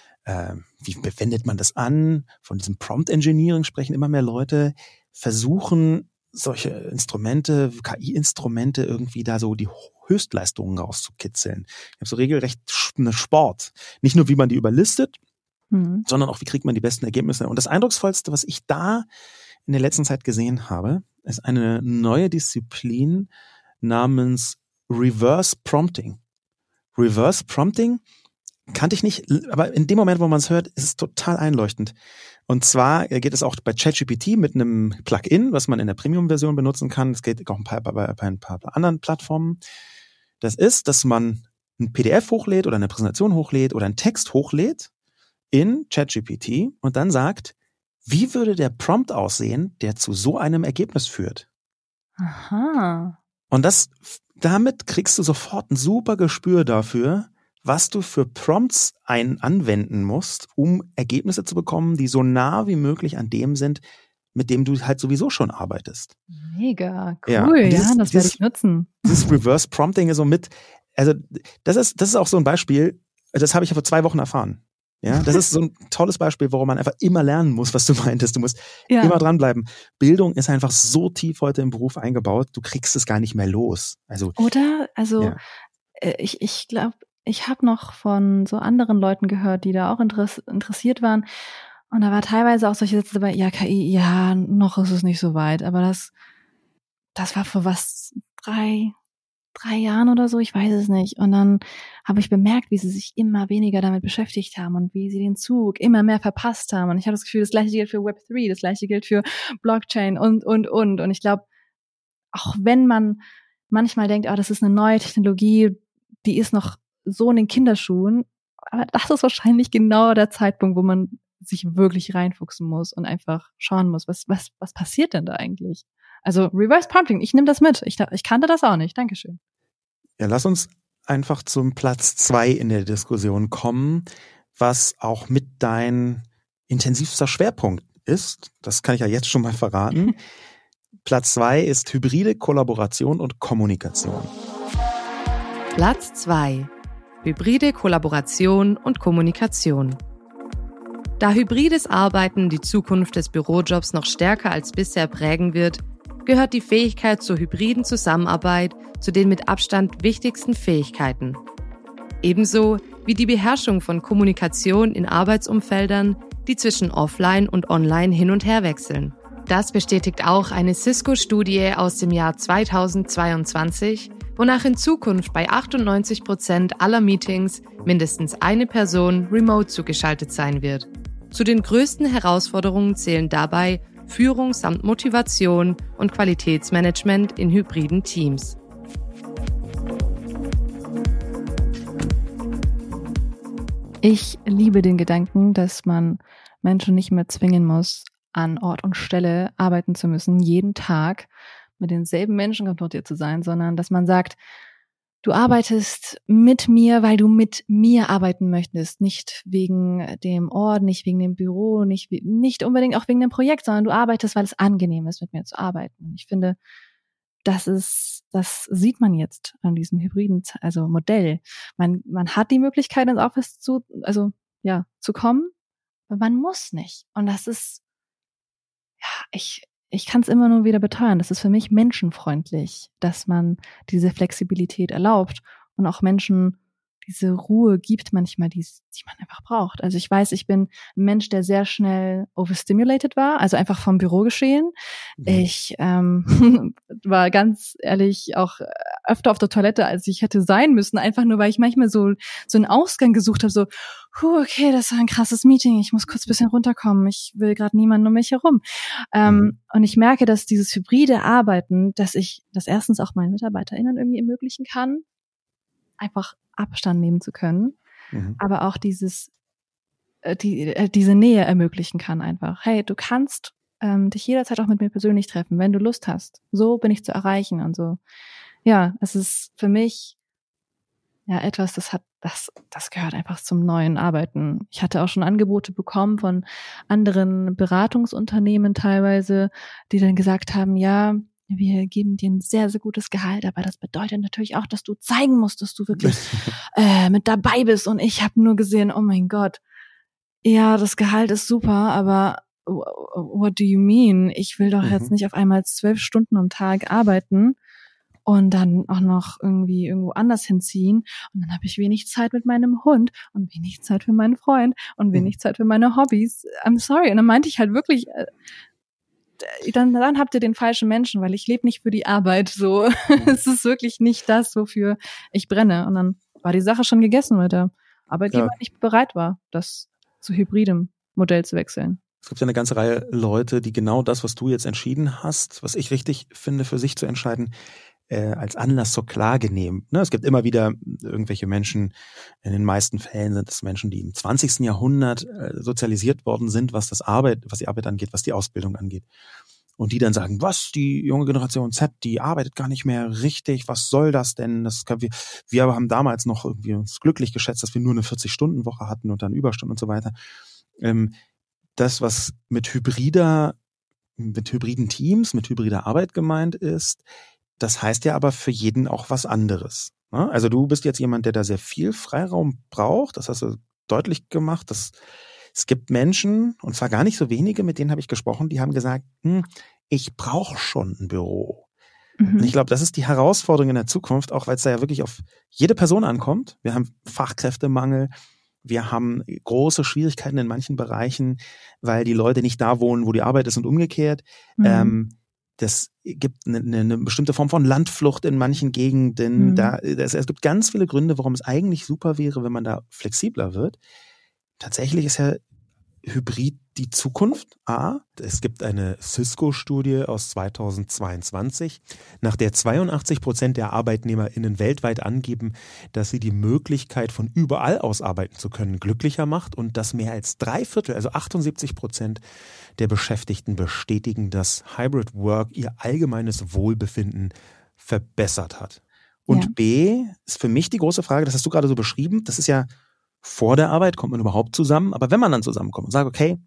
wie wendet man das an, von diesem Prompt Engineering sprechen, immer mehr Leute versuchen, solche Instrumente, KI-Instrumente irgendwie da so die Höchstleistungen rauszukitzeln. Ich habe so regelrecht eine Sport. Nicht nur, wie man die überlistet, sondern auch, wie kriegt man die besten Ergebnisse. Und das Eindrucksvollste, was ich da in der letzten Zeit gesehen habe, ist eine neue Disziplin namens Reverse Prompting. Reverse Prompting kannte ich nicht, aber in dem Moment, wo man es hört, ist es total einleuchtend. Und zwar geht es auch bei ChatGPT mit einem Plugin, was man in der Premium-Version benutzen kann. Es geht auch bei ein paar anderen Plattformen. Das ist, dass man ein PDF hochlädt oder eine Präsentation hochlädt oder einen Text hochlädt in ChatGPT und dann sagt, wie würde der Prompt aussehen, der zu so einem Ergebnis führt?
Aha.
Und damit kriegst du sofort ein super Gespür dafür, was du für Prompts anwenden musst, um Ergebnisse zu bekommen, die so nah wie möglich an dem sind, mit dem du halt sowieso schon arbeitest.
Mega, cool, das werde ich nutzen.
Dieses Reverse Prompting ist so also das ist auch so ein Beispiel, das habe ich ja vor 2 Wochen erfahren. Ja, das ist so ein tolles Beispiel, worum man einfach immer lernen muss, was du meintest. Du musst immer dranbleiben. Bildung ist einfach so tief heute im Beruf eingebaut, du kriegst es gar nicht mehr los.
Ich glaube, ich habe noch von so anderen Leuten gehört, die da auch interessiert waren. Und da war teilweise auch solche Sätze dabei, ja, KI, noch ist es nicht so weit. Aber das war vor 3 Jahren oder so, ich weiß es nicht. Und dann habe ich bemerkt, wie sie sich immer weniger damit beschäftigt haben und wie sie den Zug immer mehr verpasst haben. Und ich habe das Gefühl, das Gleiche gilt für Web3, das Gleiche gilt für Blockchain und. Und ich glaube, auch wenn man manchmal denkt, das ist eine neue Technologie, die ist noch so in den Kinderschuhen, aber das ist wahrscheinlich genau der Zeitpunkt, wo man sich wirklich reinfuchsen muss und einfach schauen muss, was passiert denn da eigentlich? Also Reverse Prompting, ich nehme das mit. Ich kannte das auch nicht. Dankeschön.
Ja, lass uns einfach zum Platz 2 in der Diskussion kommen, was auch mit dein intensivster Schwerpunkt ist, das kann ich ja jetzt schon mal verraten. Platz 2 ist hybride Kollaboration und Kommunikation.
Platz 2. Hybride Kollaboration und Kommunikation. Da hybrides Arbeiten die Zukunft des Bürojobs noch stärker als bisher prägen wird, gehört die Fähigkeit zur hybriden Zusammenarbeit zu den mit Abstand wichtigsten Fähigkeiten. Ebenso wie die Beherrschung von Kommunikation in Arbeitsumfeldern, die zwischen Offline und Online hin und her wechseln. Das bestätigt auch eine Cisco-Studie aus dem Jahr 2022, wonach in Zukunft bei 98% aller Meetings mindestens eine Person remote zugeschaltet sein wird. Zu den größten Herausforderungen zählen dabei Führung samt Motivation und Qualitätsmanagement in hybriden Teams.
Ich liebe den Gedanken, dass man Menschen nicht mehr zwingen muss, an Ort und Stelle arbeiten zu müssen, jeden Tag mit denselben Menschen konfrontiert zu sein, sondern dass man sagt, du arbeitest mit mir, weil du mit mir arbeiten möchtest, nicht wegen dem Ort, nicht wegen dem Büro, nicht unbedingt auch wegen dem Projekt, sondern du arbeitest, weil es angenehm ist, mit mir zu arbeiten. Ich finde, das sieht man jetzt an diesem hybriden, Modell. Man hat die Möglichkeit, ins Office zu kommen, aber man muss nicht. Und das ist, ich kann es immer nur wieder beteuern, das ist für mich menschenfreundlich, dass man diese Flexibilität erlaubt und auch Menschen diese Ruhe gibt manchmal, die man einfach braucht. Also ich weiß, ich bin ein Mensch, der sehr schnell overstimulated war, also einfach vom Bürogeschehen. Ich war ganz ehrlich auch öfter auf der Toilette, als ich hätte sein müssen, einfach nur, weil ich manchmal so einen Ausgang gesucht habe, so, okay, das war ein krasses Meeting, ich muss kurz ein bisschen runterkommen, ich will gerade niemanden um mich herum. Und ich merke, dass dieses hybride Arbeiten, dass ich das erstens auch meinen MitarbeiterInnen irgendwie ermöglichen kann, einfach Abstand nehmen zu können, aber auch diese Nähe ermöglichen kann einfach. Hey, du kannst dich jederzeit auch mit mir persönlich treffen, wenn du Lust hast. So bin ich zu erreichen und so. Ja, es ist für mich etwas, das gehört einfach zum neuen Arbeiten. Ich hatte auch schon Angebote bekommen von anderen Beratungsunternehmen teilweise, die dann gesagt haben, ja, wir geben dir ein sehr, sehr gutes Gehalt, aber das bedeutet natürlich auch, dass du zeigen musst, dass du wirklich mit dabei bist. Und ich habe nur gesehen, oh mein Gott, ja, das Gehalt ist super, aber what do you mean? Ich will doch jetzt nicht auf einmal 12 Stunden am Tag arbeiten und dann auch noch irgendwie irgendwo anders hinziehen. Und dann habe ich wenig Zeit mit meinem Hund und wenig Zeit für meinen Freund und wenig Zeit für meine Hobbys. I'm sorry. Und dann meinte ich halt wirklich, dann habt ihr den falschen Menschen, weil ich lebe nicht für die Arbeit. So, es ist wirklich nicht das, wofür ich brenne. Und dann war die Sache schon gegessen, weil der Arbeitgeber nicht bereit war, das zu hybridem Modell zu wechseln.
Es gibt ja eine ganze Reihe Leute, die genau das, was du jetzt entschieden hast, was ich richtig finde, für sich zu entscheiden, als Anlass zur Klage nehmen. Ne, es gibt immer wieder irgendwelche Menschen, in den meisten Fällen sind es Menschen, die im 20. Jahrhundert sozialisiert worden sind, was die Arbeit angeht, was die Ausbildung angeht. Und die dann sagen, was, die junge Generation Z, die arbeitet gar nicht mehr richtig, was soll das denn? Wir haben damals noch irgendwie uns glücklich geschätzt, dass wir nur eine 40-Stunden-Woche hatten und dann Überstunden und so weiter. Das, was mit hybriden Teams, mit hybrider Arbeit gemeint ist, das heißt ja aber für jeden auch was anderes. Also du bist jetzt jemand, der da sehr viel Freiraum braucht. Das hast du deutlich gemacht. Es gibt Menschen, und zwar gar nicht so wenige, mit denen habe ich gesprochen, die haben gesagt, ich brauche schon ein Büro. Und ich glaube, das ist die Herausforderung in der Zukunft, auch weil es da ja wirklich auf jede Person ankommt. Wir haben Fachkräftemangel. Wir haben große Schwierigkeiten in manchen Bereichen, weil die Leute nicht da wohnen, wo die Arbeit ist und umgekehrt. Das gibt eine bestimmte Form von Landflucht in manchen Gegenden. Es gibt ganz viele Gründe, warum es eigentlich super wäre, wenn man da flexibler wird. Tatsächlich ist ja Hybrid die Zukunft. Es gibt eine Cisco-Studie aus 2022, nach der 82% der ArbeitnehmerInnen weltweit angeben, dass sie die Möglichkeit, von überall aus arbeiten zu können, glücklicher macht und dass mehr als 3/4, also 78% der Beschäftigten bestätigen, dass Hybrid Work ihr allgemeines Wohlbefinden verbessert hat. Und B ist für mich die große Frage, das hast du gerade so beschrieben, das ist ja vor der Arbeit, kommt man überhaupt zusammen, aber wenn man dann zusammenkommt und sagt, okay,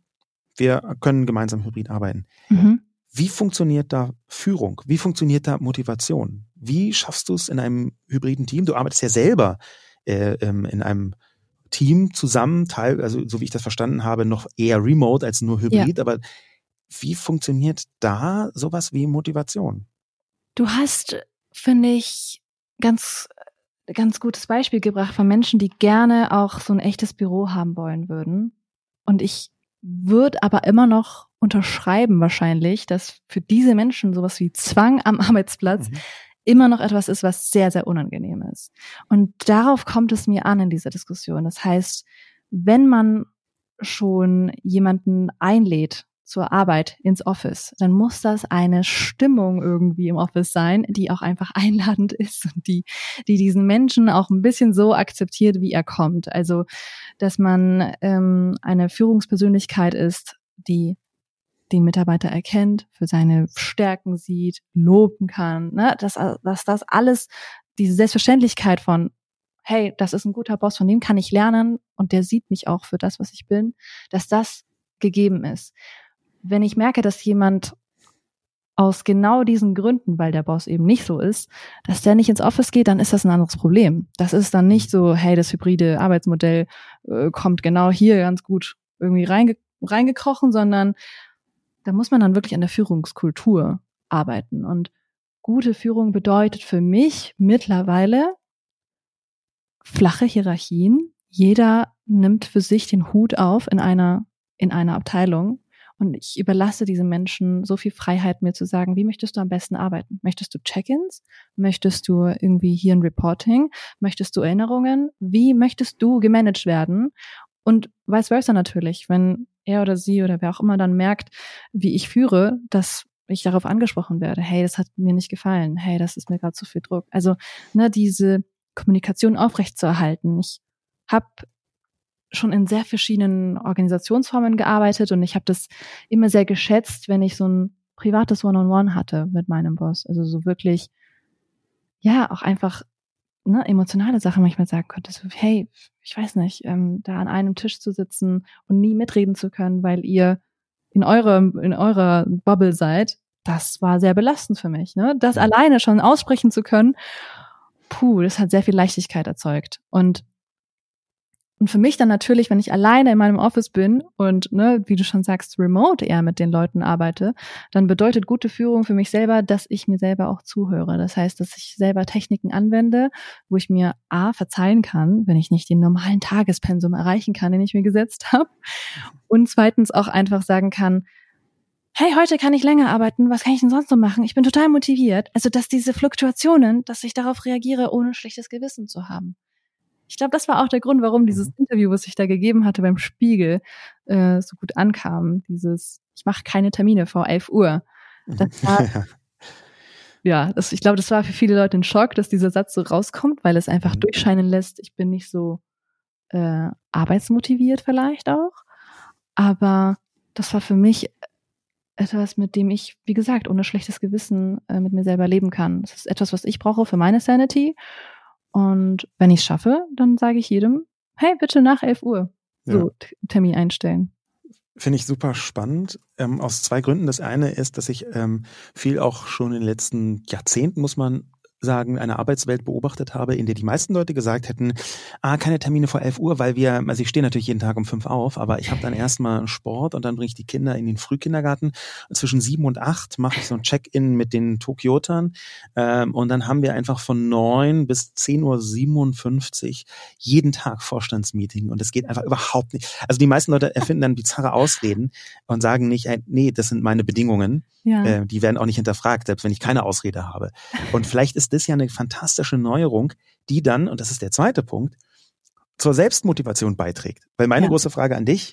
wir können gemeinsam hybrid arbeiten. Wie funktioniert da Führung? Wie funktioniert da Motivation? Wie schaffst du es in einem hybriden Team? Du arbeitest ja selber in einem Team zusammen, also so wie ich das verstanden habe, noch eher remote als nur hybrid. Ja. Aber wie funktioniert da sowas wie Motivation?
Du hast, finde ich, ganz gutes Beispiel gebracht von Menschen, die gerne auch so ein echtes Büro haben wollen würden. Und ich würde aber immer noch unterschreiben wahrscheinlich, dass für diese Menschen sowas wie Zwang am Arbeitsplatz immer noch etwas ist, was sehr, sehr unangenehm ist. Und darauf kommt es mir an in dieser Diskussion. Das heißt, wenn man schon jemanden einlädt zur Arbeit ins Office, dann muss das eine Stimmung irgendwie im Office sein, die auch einfach einladend ist und die diesen Menschen auch ein bisschen so akzeptiert, wie er kommt. Also, dass man eine Führungspersönlichkeit ist, die den Mitarbeiter erkennt, für seine Stärken sieht, loben kann, ne? Dass das alles, diese Selbstverständlichkeit von, hey, das ist ein guter Boss, von dem kann ich lernen und der sieht mich auch für das, was ich bin, dass das gegeben ist. Wenn ich merke, dass jemand aus genau diesen Gründen, weil der Boss eben nicht so ist, dass der nicht ins Office geht, dann ist das ein anderes Problem. Das ist dann nicht so, hey, das hybride Arbeitsmodell kommt genau hier ganz gut irgendwie reingekrochen, sondern da muss man dann wirklich an der Führungskultur arbeiten. Und gute Führung bedeutet für mich mittlerweile flache Hierarchien. Jeder nimmt für sich den Hut auf in einer Abteilung. Und ich überlasse diesen Menschen so viel Freiheit, mir zu sagen, wie möchtest du am besten arbeiten? Möchtest du Check-ins? Möchtest du irgendwie hier ein Reporting? Möchtest du Erinnerungen? Wie möchtest du gemanagt werden? Und vice versa natürlich, wenn er oder sie oder wer auch immer dann merkt, wie ich führe, dass ich darauf angesprochen werde. Hey, das hat mir nicht gefallen. Hey, das ist mir gerade zu viel Druck. Also diese Kommunikation aufrechtzuerhalten. Ich habe schon in sehr verschiedenen Organisationsformen gearbeitet und ich habe das immer sehr geschätzt, wenn ich so ein privates One-on-One hatte mit meinem Boss. Also so wirklich, ja, auch einfach emotionale Sachen manchmal sagen konnte. So, hey, ich weiß nicht, da an einem Tisch zu sitzen und nie mitreden zu können, weil ihr in eurer Bubble seid, das war sehr belastend für mich. Ne? Das alleine schon aussprechen zu können, das hat sehr viel Leichtigkeit erzeugt. Und für mich dann natürlich, wenn ich alleine in meinem Office bin und, wie du schon sagst, remote eher mit den Leuten arbeite, dann bedeutet gute Führung für mich selber, dass ich mir selber auch zuhöre. Das heißt, dass ich selber Techniken anwende, wo ich mir verzeihen kann, wenn ich nicht den normalen Tagespensum erreichen kann, den ich mir gesetzt habe. Und zweitens auch einfach sagen kann, hey, heute kann ich länger arbeiten, was kann ich denn sonst noch machen? Ich bin total motiviert. Also, dass diese Fluktuationen, dass ich darauf reagiere, ohne schlechtes Gewissen zu haben. Ich glaube, das war auch der Grund, warum dieses Interview, was ich da gegeben hatte beim Spiegel, so gut ankam. Ich mache keine Termine vor 11 Uhr. Das war, ich glaube, das war für viele Leute ein Schock, dass dieser Satz so rauskommt, weil es einfach durchscheinen lässt, ich bin nicht so arbeitsmotiviert vielleicht auch. Aber das war für mich etwas, mit dem ich, wie gesagt, ohne schlechtes Gewissen mit mir selber leben kann. Das ist etwas, was ich brauche für meine Sanity. Und wenn ich es schaffe, dann sage ich jedem, hey, bitte nach 11 Uhr so Termin einstellen.
Finde ich super spannend, aus 2 Gründen. Das eine ist, dass ich viel auch schon in den letzten Jahrzehnten, muss man sagen, eine Arbeitswelt beobachtet habe, in der die meisten Leute gesagt hätten, keine Termine vor 11 Uhr, weil ich stehe natürlich jeden Tag um 5 auf, aber ich habe dann erstmal Sport und dann bringe ich die Kinder in den Frühkindergarten. Und zwischen 7 und 8 mache ich so ein Check-in mit den Tokyotern und dann haben wir einfach von 9 bis 10:57 Uhr jeden Tag Vorstandsmeeting und es geht einfach überhaupt nicht. Also die meisten Leute erfinden dann bizarre Ausreden und sagen nicht, nee, das sind meine Bedingungen. Ja. Die werden auch nicht hinterfragt, selbst wenn ich keine Ausrede habe. Und vielleicht ist das ja eine fantastische Neuerung, die dann, und das ist der zweite Punkt, zur Selbstmotivation beiträgt. Weil meine große Frage an dich,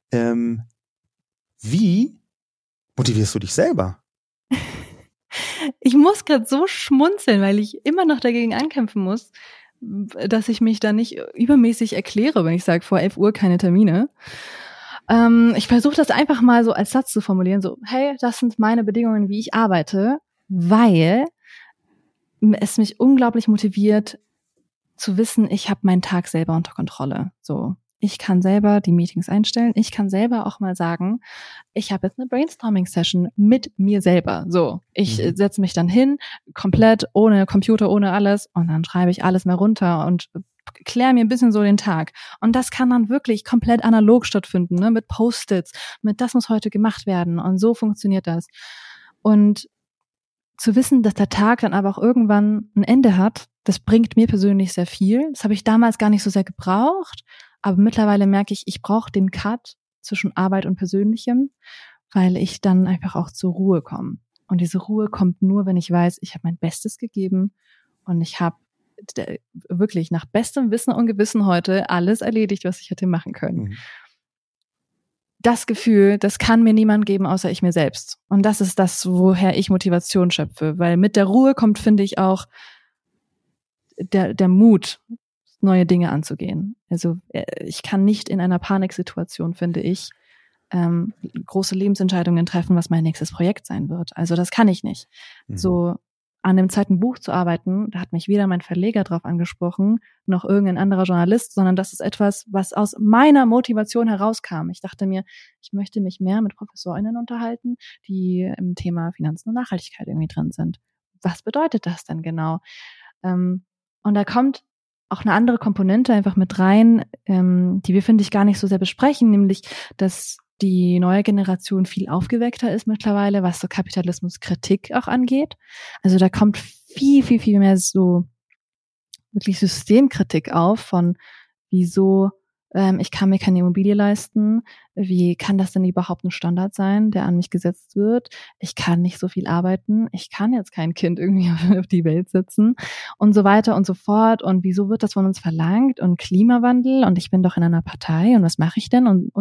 wie motivierst du dich selber?
Ich muss gerade so schmunzeln, weil ich immer noch dagegen ankämpfen muss, dass ich mich da nicht übermäßig erkläre, wenn ich sage, vor 11 Uhr keine Termine. Ich versuche das einfach mal so als Satz zu formulieren, so, hey, das sind meine Bedingungen, wie ich arbeite, weil es mich unglaublich motiviert zu wissen, ich habe meinen Tag selber unter Kontrolle. So, Ich kann selber die Meetings einstellen. Ich kann selber auch mal sagen, ich habe jetzt eine Brainstorming-Session mit mir selber. So, ich setze mich dann hin, komplett ohne Computer, ohne alles, und dann schreibe ich alles mal runter und kläre mir ein bisschen so den Tag. Und das kann dann wirklich komplett analog stattfinden, ne? Mit Post-its, mit das muss heute gemacht werden. Und so funktioniert das. Und zu wissen, dass der Tag dann aber auch irgendwann ein Ende hat, das bringt mir persönlich sehr viel. Das habe ich damals gar nicht so sehr gebraucht. Aber mittlerweile merke ich, ich brauche den Cut zwischen Arbeit und Persönlichem, weil ich dann einfach auch zur Ruhe komme. Und diese Ruhe kommt nur, wenn ich weiß, ich habe mein Bestes gegeben und ich habe wirklich nach bestem Wissen und Gewissen heute alles erledigt, was ich hätte machen können. Das Gefühl, das kann mir niemand geben, außer ich mir selbst. Und das ist das, woher ich Motivation schöpfe. Weil mit der Ruhe kommt, finde ich, auch der Mut, neue Dinge anzugehen. Also ich kann nicht in einer Paniksituation, finde ich, große Lebensentscheidungen treffen, was mein nächstes Projekt sein wird. Also das kann ich nicht. So an dem zweiten Buch zu arbeiten, da hat mich weder mein Verleger drauf angesprochen, noch irgendein anderer Journalist, sondern das ist etwas, was aus meiner Motivation herauskam. Ich dachte mir, ich möchte mich mehr mit ProfessorInnen unterhalten, die im Thema Finanzen und Nachhaltigkeit irgendwie drin sind. Was bedeutet das denn genau? Und da kommt auch eine andere Komponente einfach mit rein, die wir, finde ich, gar nicht so sehr besprechen, nämlich, dass die neue Generation viel aufgeweckter ist mittlerweile, was so Kapitalismuskritik auch angeht. Also da kommt viel, viel, viel mehr so wirklich Systemkritik auf von wieso ich kann mir keine Immobilie leisten, wie kann das denn überhaupt ein Standard sein, der an mich gesetzt wird? Ich kann nicht so viel arbeiten, ich kann jetzt kein Kind irgendwie auf die Welt setzen und so weiter und so fort. Und wieso wird das von uns verlangt? Und Klimawandel und ich bin doch in einer Partei und was mache ich denn? Und.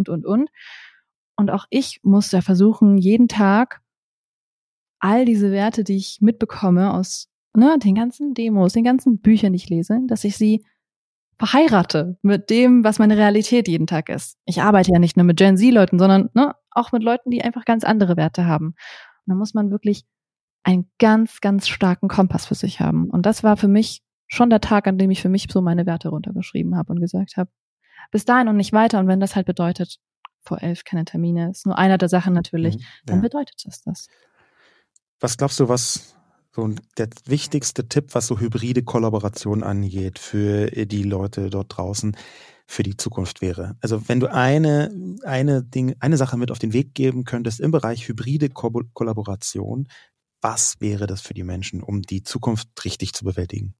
Und auch ich muss ja versuchen, jeden Tag all diese Werte, die ich mitbekomme aus den ganzen Demos, den ganzen Büchern, die ich lese, dass ich sie verheirate mit dem, was meine Realität jeden Tag ist. Ich arbeite ja nicht nur mit Gen Z-Leuten, sondern auch mit Leuten, die einfach ganz andere Werte haben. Und da muss man wirklich einen ganz, ganz starken Kompass für sich haben. Und das war für mich schon der Tag, an dem ich für mich so meine Werte runtergeschrieben habe und gesagt habe, bis dahin und nicht weiter. Und wenn das halt bedeutet, vor 11 keine Termine, ist nur einer der Sachen natürlich, dann bedeutet das.
Was glaubst du, was so der wichtigste Tipp, was so hybride Kollaboration angeht für die Leute dort draußen für die Zukunft wäre? Also wenn du eine Sache mit auf den Weg geben könntest im Bereich hybride Kollaboration, was wäre das für die Menschen, um die Zukunft richtig zu bewältigen?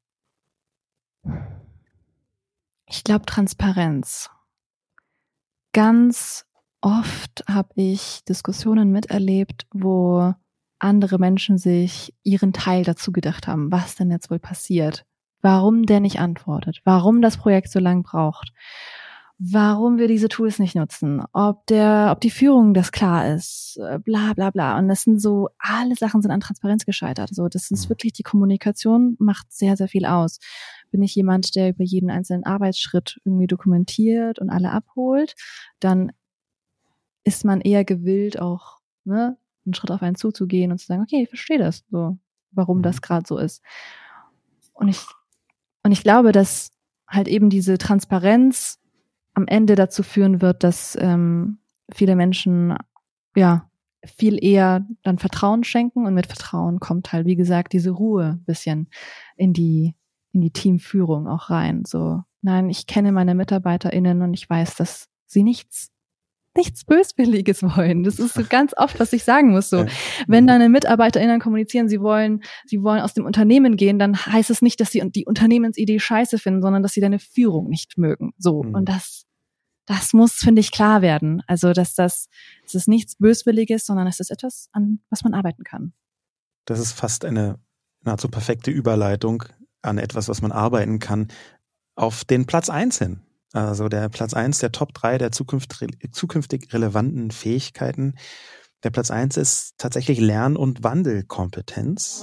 Ich glaube Transparenz. Ganz oft habe ich Diskussionen miterlebt, wo andere Menschen sich ihren Teil dazu gedacht haben, was denn jetzt wohl passiert, warum der nicht antwortet, warum das Projekt so lang braucht, warum wir diese Tools nicht nutzen, ob die Führung das klar ist, bla bla bla. Und das sind so, alle Sachen sind an Transparenz gescheitert. So, das ist wirklich, die Kommunikation macht sehr, sehr viel aus. Bin ich jemand, der über jeden einzelnen Arbeitsschritt irgendwie dokumentiert und alle abholt, dann ist man eher gewillt, auch einen Schritt auf einen zuzugehen und zu sagen, okay, ich verstehe das, so, warum das gerade so ist. Und ich glaube, dass halt eben diese Transparenz am Ende dazu führen wird, dass viele Menschen viel eher dann Vertrauen schenken, und mit Vertrauen kommt halt, wie gesagt, diese Ruhe ein bisschen in die Teamführung auch rein. So, nein, ich kenne meine MitarbeiterInnen und ich weiß, dass sie nichts Böswilliges wollen. Das ist so ganz oft, was ich sagen muss. So, wenn deine MitarbeiterInnen kommunizieren, sie wollen aus dem Unternehmen gehen, dann heißt es nicht, dass sie die Unternehmensidee scheiße finden, sondern dass sie deine Führung nicht mögen. So, und das muss, finde ich, klar werden. Also, dass das ist nichts Böswilliges, sondern es ist etwas, an was man arbeiten kann.
Das ist fast eine nahezu perfekte Überleitung an etwas, was man arbeiten kann, auf den Platz 1 hin. Also der Platz 1 der Top 3 der zukünftig relevanten Fähigkeiten. Der Platz 1 ist tatsächlich Lern- und Wandelkompetenz.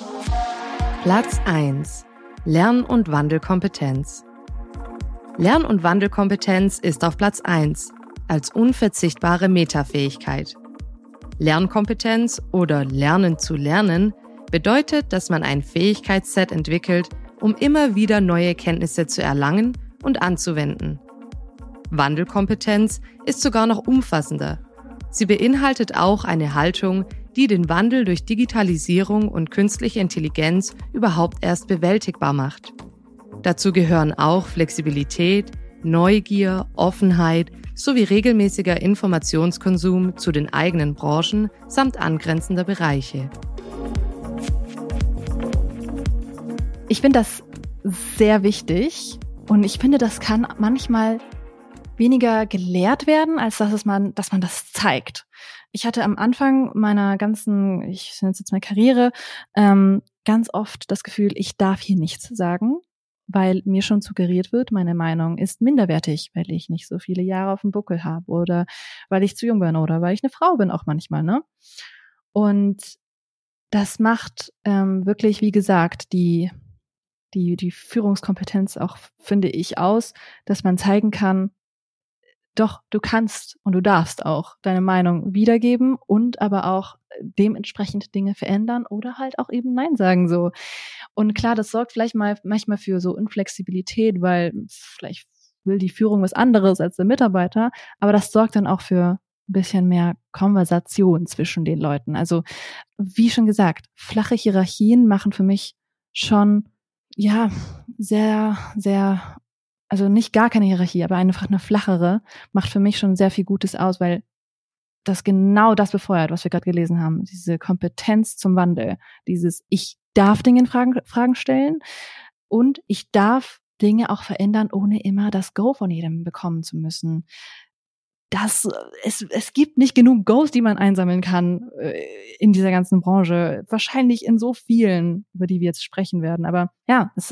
Platz 1. Lern- und Wandelkompetenz. Lern- und Wandelkompetenz ist auf Platz 1 als unverzichtbare Metafähigkeit. Lernkompetenz oder Lernen zu lernen bedeutet, dass man ein Fähigkeitsset entwickelt, um immer wieder neue Kenntnisse zu erlangen und anzuwenden. Wandelkompetenz ist sogar noch umfassender. Sie beinhaltet auch eine Haltung, die den Wandel durch Digitalisierung und künstliche Intelligenz überhaupt erst bewältigbar macht. Dazu gehören auch Flexibilität, Neugier, Offenheit sowie regelmäßiger Informationskonsum zu den eigenen Branchen samt angrenzender Bereiche.
Ich finde das sehr wichtig und ich finde, das kann manchmal weniger gelehrt werden, als dass man das zeigt. Ich hatte am Anfang meiner ganzen, ich nenne es jetzt mal Karriere, ganz oft das Gefühl, ich darf hier nichts sagen, weil mir schon suggeriert wird, meine Meinung ist minderwertig, weil ich nicht so viele Jahre auf dem Buckel habe oder weil ich zu jung bin oder weil ich eine Frau bin auch manchmal, ne? Und das macht wirklich, wie gesagt, die Führungskompetenz auch, finde ich, aus, dass man zeigen kann, doch, du kannst und du darfst auch deine Meinung wiedergeben und aber auch dementsprechend Dinge verändern oder halt auch eben Nein sagen so. Und klar, das sorgt vielleicht manchmal für so Inflexibilität, weil vielleicht will die Führung was anderes als der Mitarbeiter, aber das sorgt dann auch für ein bisschen mehr Konversation zwischen den Leuten. Also wie schon gesagt, flache Hierarchien machen für mich schon sehr, sehr, also nicht gar keine Hierarchie, aber einfach eine flachere, macht für mich schon sehr viel Gutes aus, weil das genau das befeuert, was wir gerade gelesen haben. Diese Kompetenz zum Wandel, dieses ich darf Dinge in Fragen stellen und ich darf Dinge auch verändern, ohne immer das Go von jedem bekommen zu müssen. Es gibt nicht genug Go's, die man einsammeln kann in dieser ganzen Branche. Wahrscheinlich in so vielen, über die wir jetzt sprechen werden. Aber ja, ich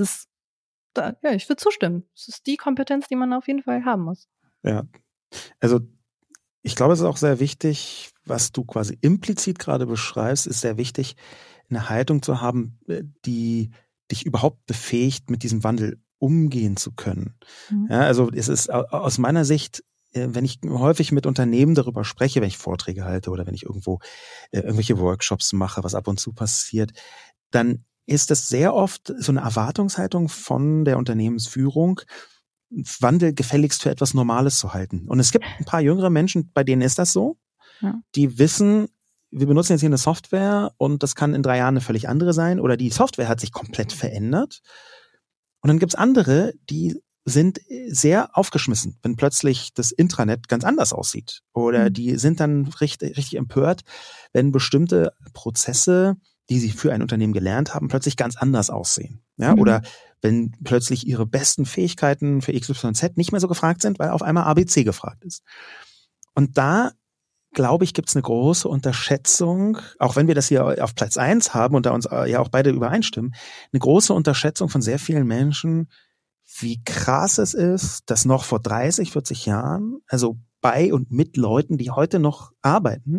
würde zustimmen. Es ist die Kompetenz, die man auf jeden Fall haben muss.
Ja, also ich glaube, es ist auch sehr wichtig, was du quasi implizit gerade beschreibst, ist sehr wichtig, eine Haltung zu haben, die dich überhaupt befähigt, mit diesem Wandel umgehen zu können. Mhm. Ja, also es ist aus meiner Sicht, wenn ich häufig mit Unternehmen darüber spreche, wenn ich Vorträge halte oder wenn ich irgendwo irgendwelche Workshops mache, was ab und zu passiert, dann ist das sehr oft so eine Erwartungshaltung von der Unternehmensführung, Wandel gefälligst für etwas Normales zu halten. Und es gibt ein paar jüngere Menschen, bei denen ist das so. Ja. Die wissen, wir benutzen jetzt hier eine Software und das kann in 3 Jahren eine völlig andere sein oder die Software hat sich komplett verändert. Und dann gibt's andere, die sind sehr aufgeschmissen, wenn plötzlich das Intranet ganz anders aussieht. Oder die sind dann richtig empört, wenn bestimmte Prozesse, die sie für ein Unternehmen gelernt haben, plötzlich ganz anders aussehen. Ja, oder wenn plötzlich ihre besten Fähigkeiten für XYZ nicht mehr so gefragt sind, weil auf einmal ABC gefragt ist. Und da, glaube ich, gibt es eine große Unterschätzung, auch wenn wir das hier auf Platz 1 haben und da uns ja auch beide übereinstimmen, eine große Unterschätzung von sehr vielen Menschen, wie krass es ist, dass noch vor 30, 40 Jahren, also bei und mit Leuten, die heute noch arbeiten,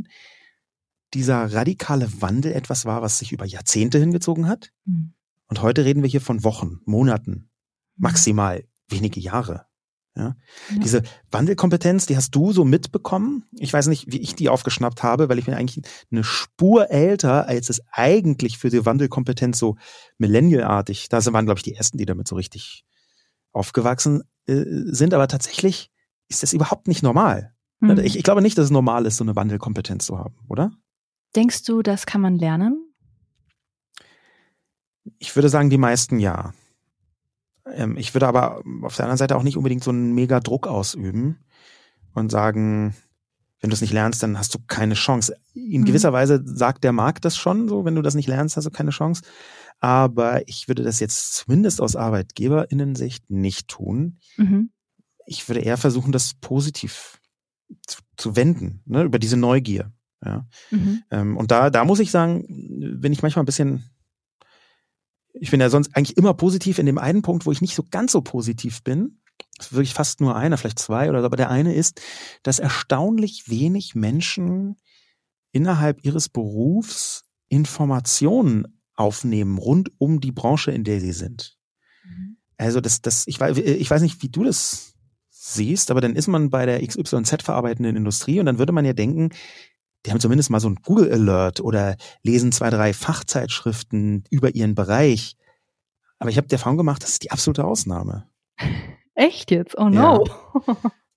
dieser radikale Wandel etwas war, was sich über Jahrzehnte hingezogen hat. Mhm. Und heute reden wir hier von Wochen, Monaten, maximal wenige Jahre. Ja? Ja. Diese Wandelkompetenz, die hast du so mitbekommen. Ich weiß nicht, wie ich die aufgeschnappt habe, weil ich bin eigentlich eine Spur älter, als es eigentlich für die Wandelkompetenz so Millennial-artig. Da waren, glaube ich, die Ersten, die damit so richtig aufgewachsen sind. Aber tatsächlich ist das überhaupt nicht normal. Mhm. Ich glaube nicht, dass es normal ist, so eine Wandelkompetenz zu haben, oder?
Denkst du, das kann man lernen?
Ich würde sagen, die meisten ja. Ich würde aber auf der anderen Seite auch nicht unbedingt so einen mega Druck ausüben und sagen, wenn du es nicht lernst, dann hast du keine Chance. In gewisser Weise sagt der Markt das schon, so, wenn du das nicht lernst, hast du keine Chance. Aber ich würde das jetzt zumindest aus ArbeitgeberInnen-Sicht nicht tun. Mhm. Ich würde eher versuchen, das positiv zu wenden, ne, über diese Neugier. Ja. Mhm. Und da muss ich sagen, bin ich manchmal ein bisschen, ich bin ja sonst eigentlich immer positiv. In dem einen Punkt, wo ich nicht so ganz so positiv bin, ist wirklich fast nur einer, vielleicht 2 oder so, aber der eine ist, dass erstaunlich wenig Menschen innerhalb ihres Berufs Informationen aufnehmen rund um die Branche, in der sie sind. Mhm. Also ich weiß nicht, wie du das siehst, aber dann ist man bei der XYZ verarbeitenden Industrie und dann würde man ja denken, die haben zumindest mal so einen Google Alert oder lesen 2, 3 Fachzeitschriften über ihren Bereich. Aber ich habe die Erfahrung gemacht, das ist die absolute Ausnahme.
Echt jetzt? Oh no.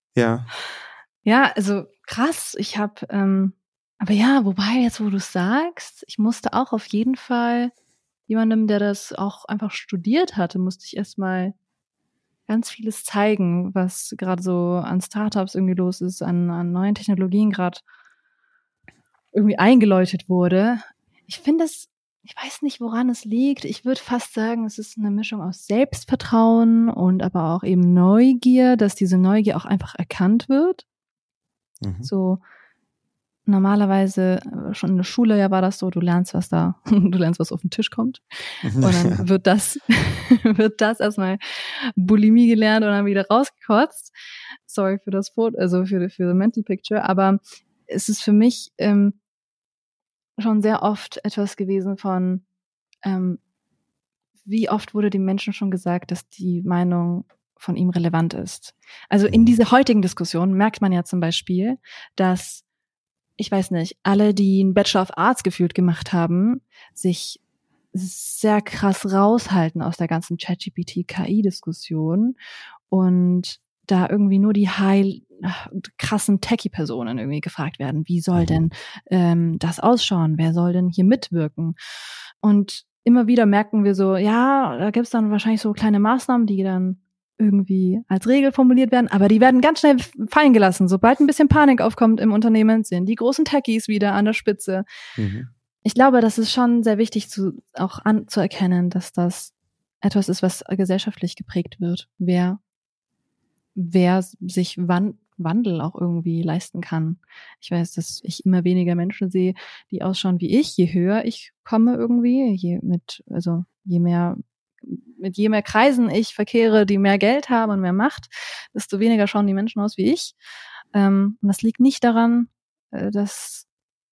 Ja.
Ja, also krass. Ich habe, aber ja, wobei jetzt, wo du es sagst, ich musste auch auf jeden Fall jemandem, der das auch einfach studiert hatte, musste ich erstmal ganz vieles zeigen, was gerade so an Startups irgendwie los ist, an neuen Technologien gerade irgendwie eingeläutet wurde. Ich finde es, ich weiß nicht, woran es liegt. Ich würde fast sagen, es ist eine Mischung aus Selbstvertrauen und aber auch eben Neugier, dass diese Neugier auch einfach erkannt wird.
Mhm.
So normalerweise schon in der Schule ja war das so, du lernst, was auf den Tisch kommt. Und dann wird das erstmal Bulimie gelernt und dann wieder rausgekotzt. Sorry für das Foto, also für the mental picture. Aber es ist für mich schon sehr oft etwas gewesen von, wie oft wurde dem Menschen schon gesagt, dass die Meinung von ihm relevant ist. Also in dieser heutigen Diskussion merkt man ja zum Beispiel, dass, ich weiß nicht, alle, die einen Bachelor of Arts gefühlt gemacht haben, sich sehr krass raushalten aus der ganzen ChatGPT-KI-Diskussion und da irgendwie nur die krassen Techie-Personen irgendwie gefragt werden, wie soll denn das ausschauen? Wer soll denn hier mitwirken? Und immer wieder merken wir so, ja, da gibt's dann wahrscheinlich so kleine Maßnahmen, die dann irgendwie als Regel formuliert werden, aber die werden ganz schnell fallen gelassen. Sobald ein bisschen Panik aufkommt im Unternehmen, sind die großen Techies wieder an der Spitze. Mhm. Ich glaube, das ist schon sehr wichtig auch anzuerkennen, dass das etwas ist, was gesellschaftlich geprägt wird. Wer sich Wandel auch irgendwie leisten kann. Ich weiß, dass ich immer weniger Menschen sehe, die ausschauen wie ich. Je höher ich komme irgendwie, je mehr Kreisen ich verkehre, die mehr Geld haben und mehr Macht, desto weniger schauen die Menschen aus wie ich. Und das liegt nicht daran, dass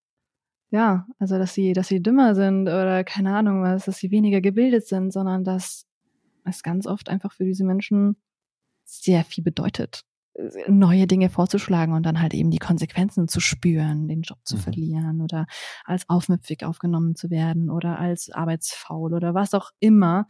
sie dümmer sind oder keine Ahnung was, dass sie weniger gebildet sind, sondern dass es ganz oft einfach für diese Menschen sehr viel bedeutet, neue Dinge vorzuschlagen und dann halt eben die Konsequenzen zu spüren, den Job zu verlieren oder als aufmüpfig aufgenommen zu werden oder als arbeitsfaul oder was auch immer.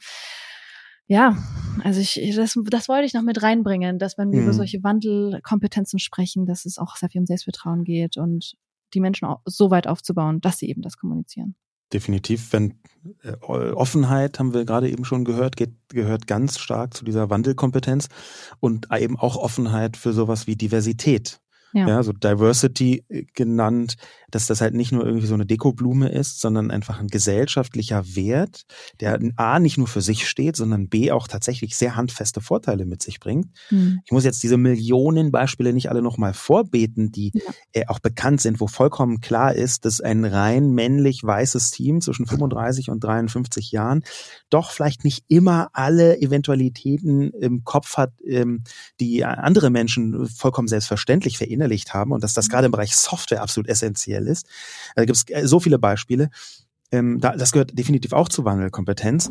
Ja, also das wollte ich noch mit reinbringen, dass wenn wir über solche Wandelkompetenzen sprechen, dass es auch sehr viel um Selbstvertrauen geht und die Menschen auch so weit aufzubauen, dass sie eben das kommunizieren.
Definitiv, Offenheit, haben wir gerade eben schon gehört, gehört ganz stark zu dieser Wandelkompetenz und eben auch Offenheit für sowas wie Diversität. Ja, so Diversity genannt, dass das halt nicht nur irgendwie so eine Dekoblume ist, sondern einfach ein gesellschaftlicher Wert, der A, nicht nur für sich steht, sondern B, auch tatsächlich sehr handfeste Vorteile mit sich bringt. Ich muss jetzt diese Millionen Beispiele nicht alle nochmal vorbeten, die auch bekannt sind, wo vollkommen klar ist, dass ein rein männlich weißes Team zwischen 35 und 53 Jahren doch vielleicht nicht immer alle Eventualitäten im Kopf hat, die andere Menschen vollkommen selbstverständlich verinnerlicht haben und dass das gerade im Bereich Software absolut essentiell ist. Da gibt es so viele Beispiele. Das gehört definitiv auch zu Wandelkompetenz.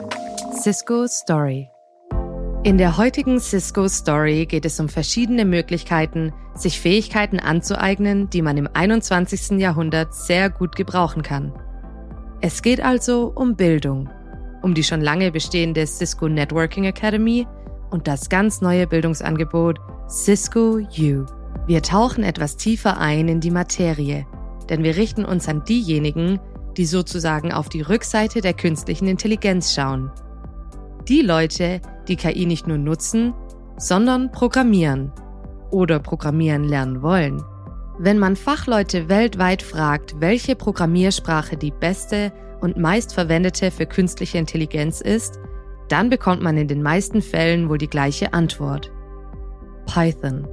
Cisco Story. In der heutigen Cisco Story geht es um verschiedene Möglichkeiten, sich Fähigkeiten anzueignen, die man im 21. Jahrhundert sehr gut gebrauchen kann. Es geht also um Bildung, um die schon lange bestehende Cisco Networking Academy und das ganz neue Bildungsangebot Cisco U. Wir tauchen etwas tiefer ein in die Materie, denn wir richten uns an diejenigen, die sozusagen auf die Rückseite der künstlichen Intelligenz schauen. Die Leute, die KI nicht nur nutzen, sondern programmieren oder programmieren lernen wollen. Wenn man Fachleute weltweit fragt, welche Programmiersprache die beste und meistverwendete für künstliche Intelligenz ist, dann bekommt man in den meisten Fällen wohl die gleiche Antwort: Python.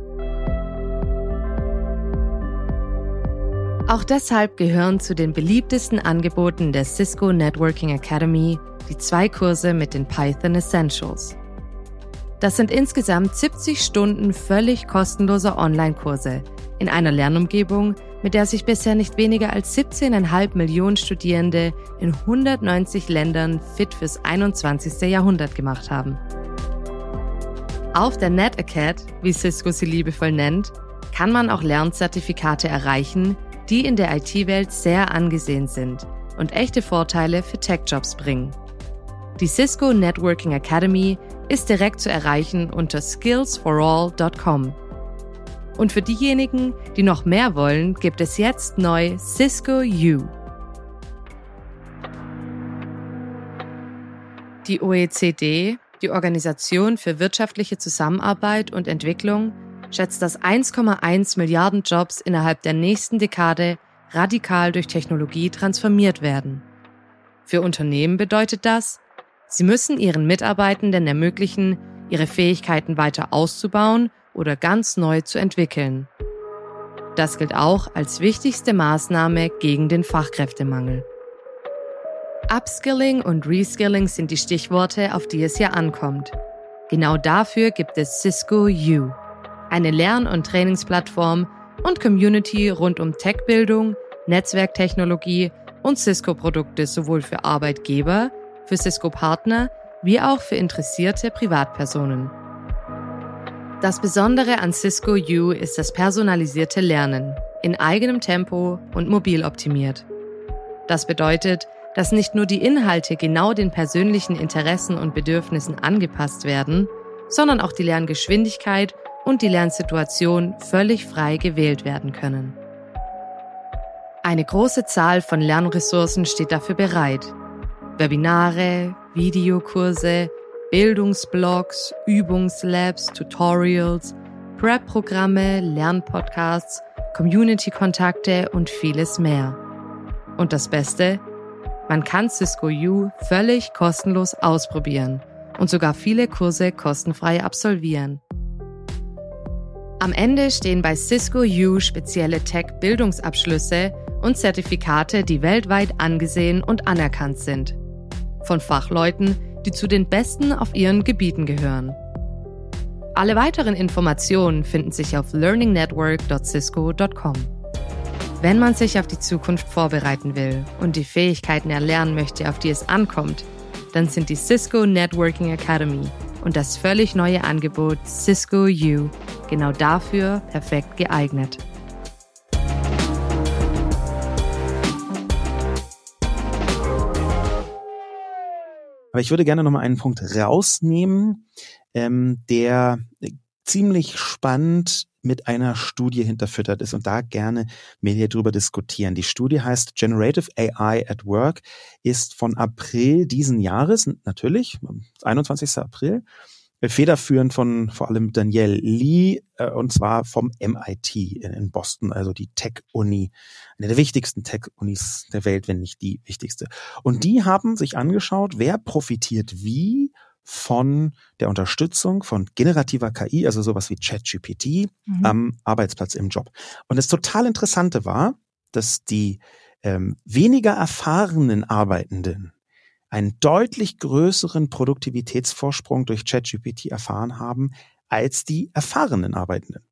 Auch deshalb gehören zu den beliebtesten Angeboten der Cisco Networking Academy die 2 Kurse mit den Python Essentials. Das sind insgesamt 70 Stunden völlig kostenloser Online-Kurse in einer Lernumgebung, mit der sich bisher nicht weniger als 17,5 Millionen Studierende in 190 Ländern fit fürs 21. Jahrhundert gemacht haben. Auf der NetAcad, wie Cisco sie liebevoll nennt, kann man auch Lernzertifikate erreichen, die in der IT-Welt sehr angesehen sind und echte Vorteile für Tech-Jobs bringen. Die Cisco Networking Academy ist direkt zu erreichen unter skillsforall.com. Und für diejenigen, die noch mehr wollen, gibt es jetzt neu Cisco U. Die OECD, die Organisation für wirtschaftliche Zusammenarbeit und Entwicklung, schätzt, dass 1,1 Milliarden Jobs innerhalb der nächsten Dekade radikal durch Technologie transformiert werden. Für Unternehmen bedeutet das, sie müssen ihren Mitarbeitenden ermöglichen, ihre Fähigkeiten weiter auszubauen oder ganz neu zu entwickeln. Das gilt auch als wichtigste Maßnahme gegen den Fachkräftemangel. Upskilling und Reskilling sind die Stichworte, auf die es hier ankommt. Genau dafür gibt es Cisco U, eine Lern- und Trainingsplattform und Community rund um Tech-Bildung, Netzwerktechnologie und Cisco-Produkte sowohl für Arbeitgeber, für Cisco-Partner wie auch für interessierte Privatpersonen. Das Besondere an Cisco U ist das personalisierte Lernen, in eigenem Tempo und mobil optimiert. Das bedeutet, dass nicht nur die Inhalte genau den persönlichen Interessen und Bedürfnissen angepasst werden, sondern auch die Lerngeschwindigkeit und die Lernsituation völlig frei gewählt werden können. Eine große Zahl von Lernressourcen steht dafür bereit. Webinare, Videokurse, Bildungsblogs, Übungslabs, Tutorials, Prep-Programme, Lernpodcasts, Community-Kontakte und vieles mehr. Und das Beste? Man kann Cisco U völlig kostenlos ausprobieren und sogar viele Kurse kostenfrei absolvieren. Am Ende stehen bei Cisco U spezielle Tech-Bildungsabschlüsse und Zertifikate, die weltweit angesehen und anerkannt sind. Von Fachleuten, die zu den Besten auf ihren Gebieten gehören. Alle weiteren Informationen finden sich auf learningnetwork.cisco.com. Wenn man sich auf die Zukunft vorbereiten will und die Fähigkeiten erlernen möchte, auf die es ankommt, dann sind die Cisco Networking Academy und das völlig neue Angebot Cisco U genau dafür perfekt geeignet.
Aber ich würde gerne noch mal einen Punkt rausnehmen, der ziemlich spannend mit einer Studie hinterfüttert ist und da gerne mit dir drüber diskutieren. Die Studie heißt Generative AI at Work, ist von April diesen Jahres, natürlich, 21. April, federführend von vor allem Danielle Lee, und zwar vom MIT in Boston, also die Tech-Uni, eine der wichtigsten Tech-Unis der Welt, wenn nicht die wichtigste. Und die haben sich angeschaut, wer profitiert wie von der Unterstützung von generativer KI, also sowas wie ChatGPT, am Arbeitsplatz im Job. Und das total Interessante war, dass die weniger erfahrenen Arbeitenden einen deutlich größeren Produktivitätsvorsprung durch ChatGPT erfahren haben als die erfahrenen Arbeitenden.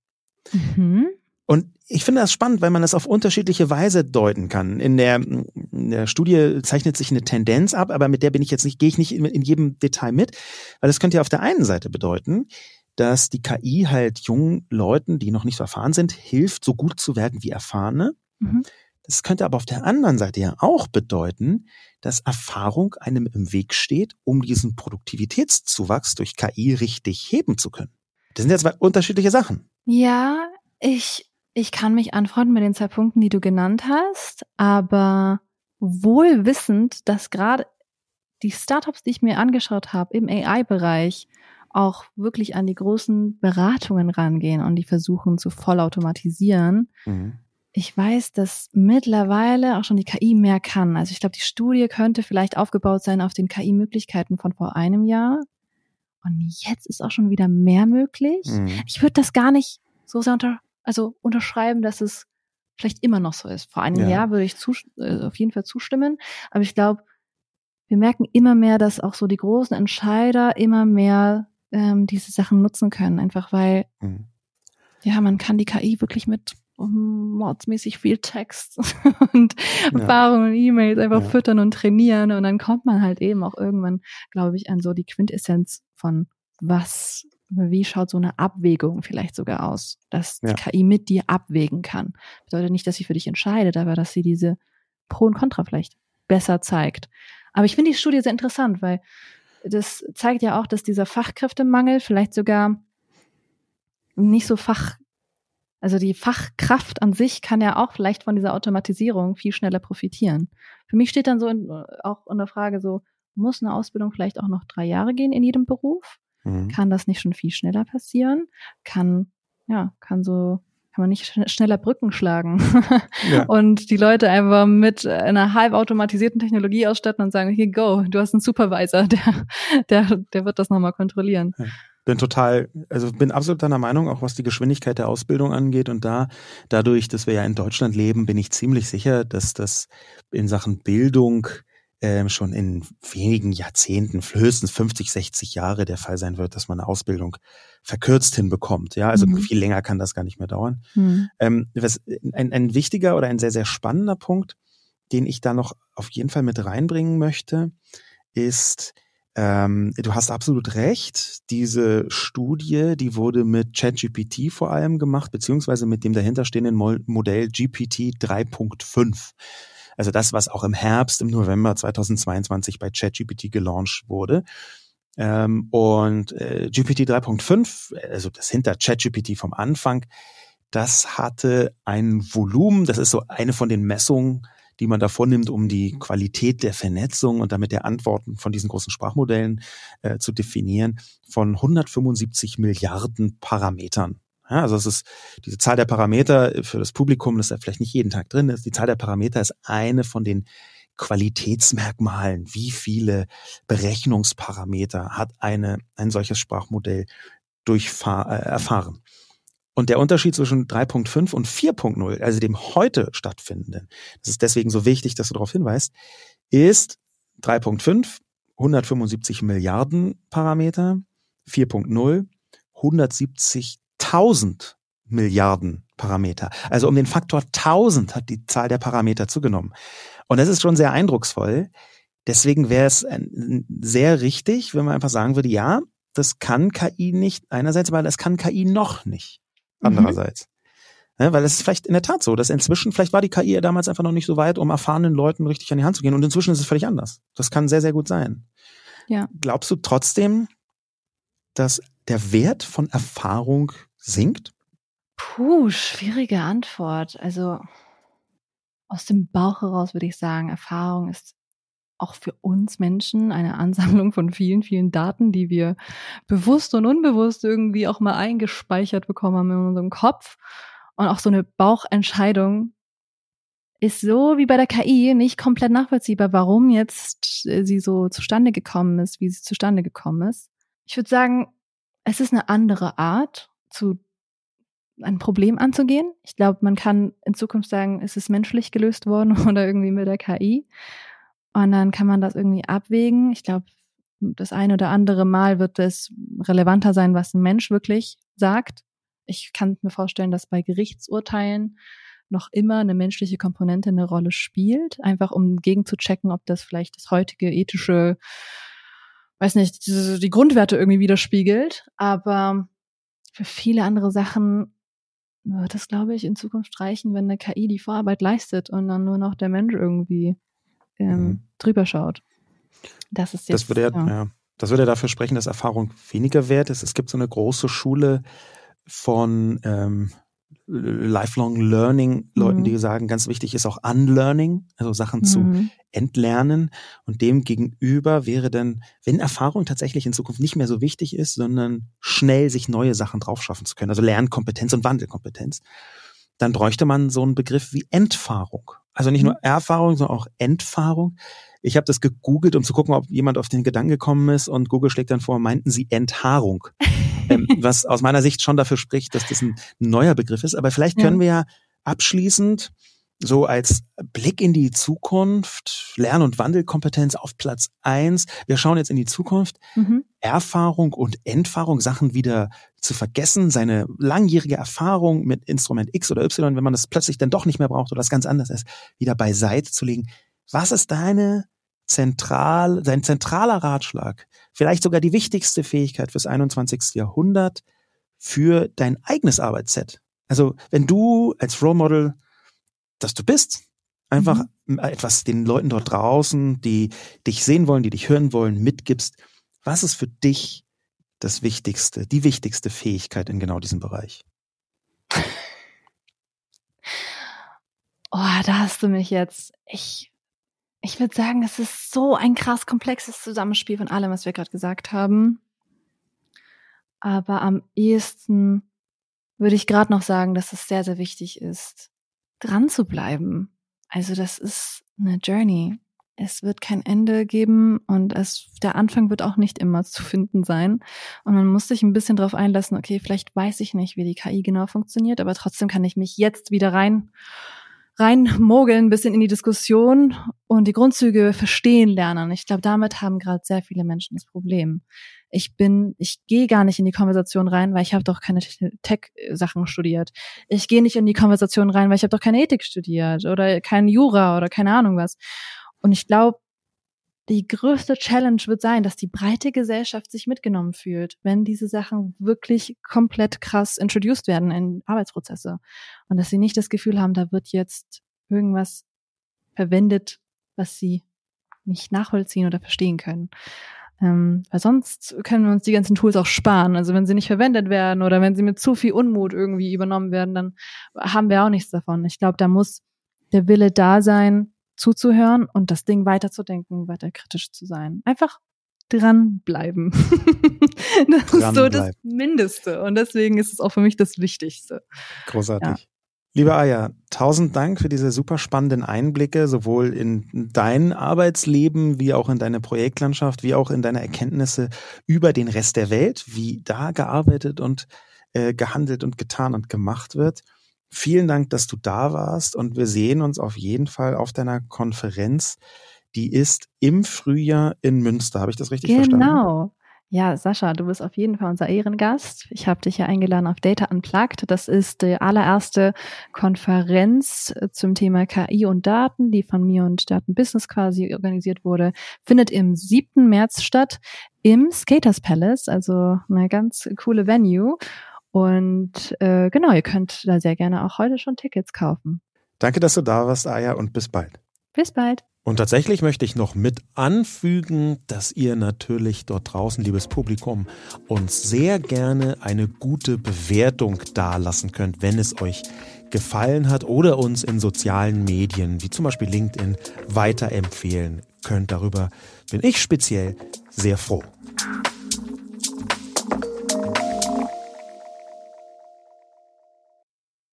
Und ich finde das spannend, weil man das auf unterschiedliche Weise deuten kann. In der Studie zeichnet sich eine Tendenz ab, aber mit der gehe ich nicht in jedem Detail mit, weil das könnte ja auf der einen Seite bedeuten, dass die KI halt jungen Leuten, die noch nicht so erfahren sind, hilft, so gut zu werden wie Erfahrene. Das könnte aber auf der anderen Seite ja auch bedeuten, dass Erfahrung einem im Weg steht, um diesen Produktivitätszuwachs durch KI richtig heben zu können. Das sind ja zwei unterschiedliche Sachen.
Ja, ich kann mich anfreunden mit den 2 Punkten, die du genannt hast, aber wohl wissend, dass gerade die Startups, die ich mir angeschaut habe im AI-Bereich, auch wirklich an die großen Beratungen rangehen und die versuchen zu vollautomatisieren. Ich weiß, dass mittlerweile auch schon die KI mehr kann. Also ich glaube, die Studie könnte vielleicht aufgebaut sein auf den KI-Möglichkeiten von vor einem Jahr. Und jetzt ist auch schon wieder mehr möglich. Ich würde das gar nicht so sehr unterschreiben, dass es vielleicht immer noch so ist. Vor einem Jahr würde ich auf jeden Fall zustimmen. Aber ich glaube, wir merken immer mehr, dass auch so die großen Entscheider immer mehr diese Sachen nutzen können. Einfach weil, man kann die KI wirklich mit mordsmäßig viel Text und Erfahrungen und E-Mails einfach füttern und trainieren. Und dann kommt man halt eben auch irgendwann, glaube ich, an so die Quintessenz von wie schaut so eine Abwägung vielleicht sogar aus, dass die KI mit dir abwägen kann. Bedeutet nicht, dass sie für dich entscheidet, aber dass sie diese Pro und Contra vielleicht besser zeigt. Aber ich finde die Studie sehr interessant, weil das zeigt ja auch, dass dieser Fachkräftemangel vielleicht sogar nicht so Also die Fachkraft an sich kann ja auch vielleicht von dieser Automatisierung viel schneller profitieren. Für mich steht dann so auch in der Frage so, muss eine Ausbildung vielleicht auch noch 3 Jahre gehen in jedem Beruf? Kann das nicht schon viel schneller passieren? Kann man nicht schneller Brücken schlagen
Ja.
und die Leute einfach mit einer halbautomatisierten Technologie ausstatten und sagen, hier, go, du hast einen Supervisor, der wird das nochmal kontrollieren.
Ja. Bin absolut deiner Meinung, auch was die Geschwindigkeit der Ausbildung angeht. Und dadurch, dass wir ja in Deutschland leben, bin ich ziemlich sicher, dass das in Sachen Bildung schon in wenigen Jahrzehnten, höchstens 50, 60 Jahre der Fall sein wird, dass man eine Ausbildung verkürzt hinbekommt. Ja, also viel länger kann das gar nicht mehr dauern. Ein wichtiger oder ein sehr, sehr spannender Punkt, den ich da noch auf jeden Fall mit reinbringen möchte, ist, du hast absolut recht, diese Studie, die wurde mit ChatGPT vor allem gemacht, beziehungsweise mit dem dahinterstehenden Modell GPT 3.5. Also das, was auch im November 2022 bei ChatGPT gelauncht wurde. Und GPT 3.5, also das hinter ChatGPT vom Anfang, das hatte ein Volumen, das ist so eine von den Messungen, die man da vornimmt, um die Qualität der Vernetzung und damit der Antworten von diesen großen Sprachmodellen zu definieren, von 175 Milliarden Parametern. Ja, also es ist diese Zahl der Parameter für das Publikum, das da vielleicht nicht jeden Tag drin ist. Die Zahl der Parameter ist eine von den Qualitätsmerkmalen. Wie viele Berechnungsparameter hat ein solches Sprachmodell erfahren? Und der Unterschied zwischen 3.5 und 4.0, also dem heute stattfindenden, das ist deswegen so wichtig, dass du darauf hinweist, ist 3.5 175 Milliarden Parameter, 4.0 170.000 Milliarden Parameter. Also um den Faktor 1000 hat die Zahl der Parameter zugenommen. Und das ist schon sehr eindrucksvoll. Deswegen wäre es sehr richtig, wenn man einfach sagen würde, ja, das kann KI nicht einerseits, aber das kann KI noch nicht andererseits. Ja, weil es ist vielleicht in der Tat so, dass inzwischen, vielleicht war die KI ja damals einfach noch nicht so weit, um erfahrenen Leuten richtig an die Hand zu gehen. Und inzwischen ist es völlig anders. Das kann sehr, sehr gut sein.
Ja.
Glaubst du trotzdem, dass der Wert von Erfahrung sinkt?
Schwierige Antwort. Also aus dem Bauch heraus würde ich sagen, Erfahrung ist auch für uns Menschen eine Ansammlung von vielen, vielen Daten, die wir bewusst und unbewusst irgendwie auch mal eingespeichert bekommen haben in unserem Kopf. Und auch so eine Bauchentscheidung ist so wie bei der KI nicht komplett nachvollziehbar, warum jetzt sie so zustande gekommen ist, wie sie zustande gekommen ist. Ich würde sagen, es ist eine andere Art, ein Problem anzugehen. Ich glaube, man kann in Zukunft sagen, ist es menschlich gelöst worden oder irgendwie mit der KI. Und dann kann man das irgendwie abwägen. Ich glaube, das ein oder andere Mal wird es relevanter sein, was ein Mensch wirklich sagt. Ich kann mir vorstellen, dass bei Gerichtsurteilen noch immer eine menschliche Komponente eine Rolle spielt, einfach um gegenzuchecken, ob das vielleicht das heutige ethische, weiß nicht, die Grundwerte irgendwie widerspiegelt. Aber für viele andere Sachen wird es, glaube ich, in Zukunft reichen, wenn eine KI die Vorarbeit leistet und dann nur noch der Mensch irgendwie drüber schaut. Das ist jetzt,
das würde dafür sprechen, dass Erfahrung weniger wert ist. Es gibt so eine große Schule von Lifelong Learning, Leuten, die sagen, ganz wichtig ist auch Unlearning, also Sachen zu entlernen. Und dem gegenüber wäre dann, wenn Erfahrung tatsächlich in Zukunft nicht mehr so wichtig ist, sondern schnell sich neue Sachen draufschaffen zu können, also Lernkompetenz und Wandelkompetenz, dann bräuchte man so einen Begriff wie Entfahrung. Also nicht nur Erfahrung, sondern auch Entfahrung. Ich habe das gegoogelt, um zu gucken, ob jemand auf den Gedanken gekommen ist, und Google schlägt dann vor, meinten sie Enthaarung. Was aus meiner Sicht schon dafür spricht, dass das ein neuer Begriff ist. Aber vielleicht können wir ja abschließend so als Blick in die Zukunft, Lern- und Wandelkompetenz auf Platz 1. Wir schauen jetzt in die Zukunft. Erfahrung und Entfahrung, Sachen wieder zu vergessen, seine langjährige Erfahrung mit Instrument X oder Y, wenn man das plötzlich dann doch nicht mehr braucht oder das ganz anders ist, wieder beiseite zu legen. Was ist dein zentraler Ratschlag, vielleicht sogar die wichtigste Fähigkeit fürs 21. Jahrhundert für dein eigenes Arbeitsset? Also wenn du als Role Model, das du bist, einfach etwas den Leuten dort draußen, die dich sehen wollen, die dich hören wollen, mitgibst, was ist für dich die wichtigste Fähigkeit in genau diesem Bereich?
Da hast du mich jetzt. Ich würde sagen, es ist so ein krass komplexes Zusammenspiel von allem, was wir gerade gesagt haben. Aber am ehesten würde ich gerade noch sagen, dass es sehr, sehr wichtig ist, dran zu bleiben. Also das ist eine Journey. Es wird kein Ende geben und der Anfang wird auch nicht immer zu finden sein. Und man muss sich ein bisschen darauf einlassen, okay, vielleicht weiß ich nicht, wie die KI genau funktioniert, aber trotzdem kann ich mich jetzt wieder reinmogeln, ein bisschen in die Diskussion und die Grundzüge verstehen lernen. Ich glaube, damit haben gerade sehr viele Menschen das Problem. Ich gehe gar nicht in die Konversation rein, weil ich habe doch keine Tech-Sachen studiert. Ich gehe nicht in die Konversation rein, weil ich habe doch keine Ethik studiert oder kein Jura oder keine Ahnung was. Und ich glaube, die größte Challenge wird sein, dass die breite Gesellschaft sich mitgenommen fühlt, wenn diese Sachen wirklich komplett krass introduced werden in Arbeitsprozesse. Und dass sie nicht das Gefühl haben, da wird jetzt irgendwas verwendet, was sie nicht nachvollziehen oder verstehen können. Weil sonst können wir uns die ganzen Tools auch sparen. Also wenn sie nicht verwendet werden oder wenn sie mit zu viel Unmut irgendwie übernommen werden, dann haben wir auch nichts davon. Ich glaube, da muss der Wille da sein, zuzuhören und das Ding weiterzudenken, weiter kritisch zu sein. Einfach dranbleiben. Das ist so das Mindeste und deswegen ist es auch für mich das Wichtigste.
Großartig. Ja. Liebe Aya, 1000 Dank für diese super spannenden Einblicke, sowohl in dein Arbeitsleben, wie auch in deine Projektlandschaft, wie auch in deine Erkenntnisse über den Rest der Welt, wie da gearbeitet und gehandelt und getan und gemacht wird. Vielen Dank, dass du da warst und wir sehen uns auf jeden Fall auf deiner Konferenz. Die ist im Frühjahr in Münster. Habe ich das richtig verstanden?
Genau. Ja, Sascha, du bist auf jeden Fall unser Ehrengast. Ich habe dich ja eingeladen auf Data Unplugged. Das ist die allererste Konferenz zum Thema KI und Daten, die von mir und Daten Business quasi organisiert wurde. Findet im 7. März statt im Skaters Palace, also eine ganz coole Venue. Und genau, ihr könnt da sehr gerne auch heute schon Tickets kaufen.
Danke, dass du da warst, Aya, und bis bald.
Bis bald.
Und tatsächlich möchte ich noch mit anfügen, dass ihr natürlich dort draußen, liebes Publikum, uns sehr gerne eine gute Bewertung dalassen könnt, wenn es euch gefallen hat oder uns in sozialen Medien, wie zum Beispiel LinkedIn, weiterempfehlen könnt. Darüber bin ich speziell sehr froh.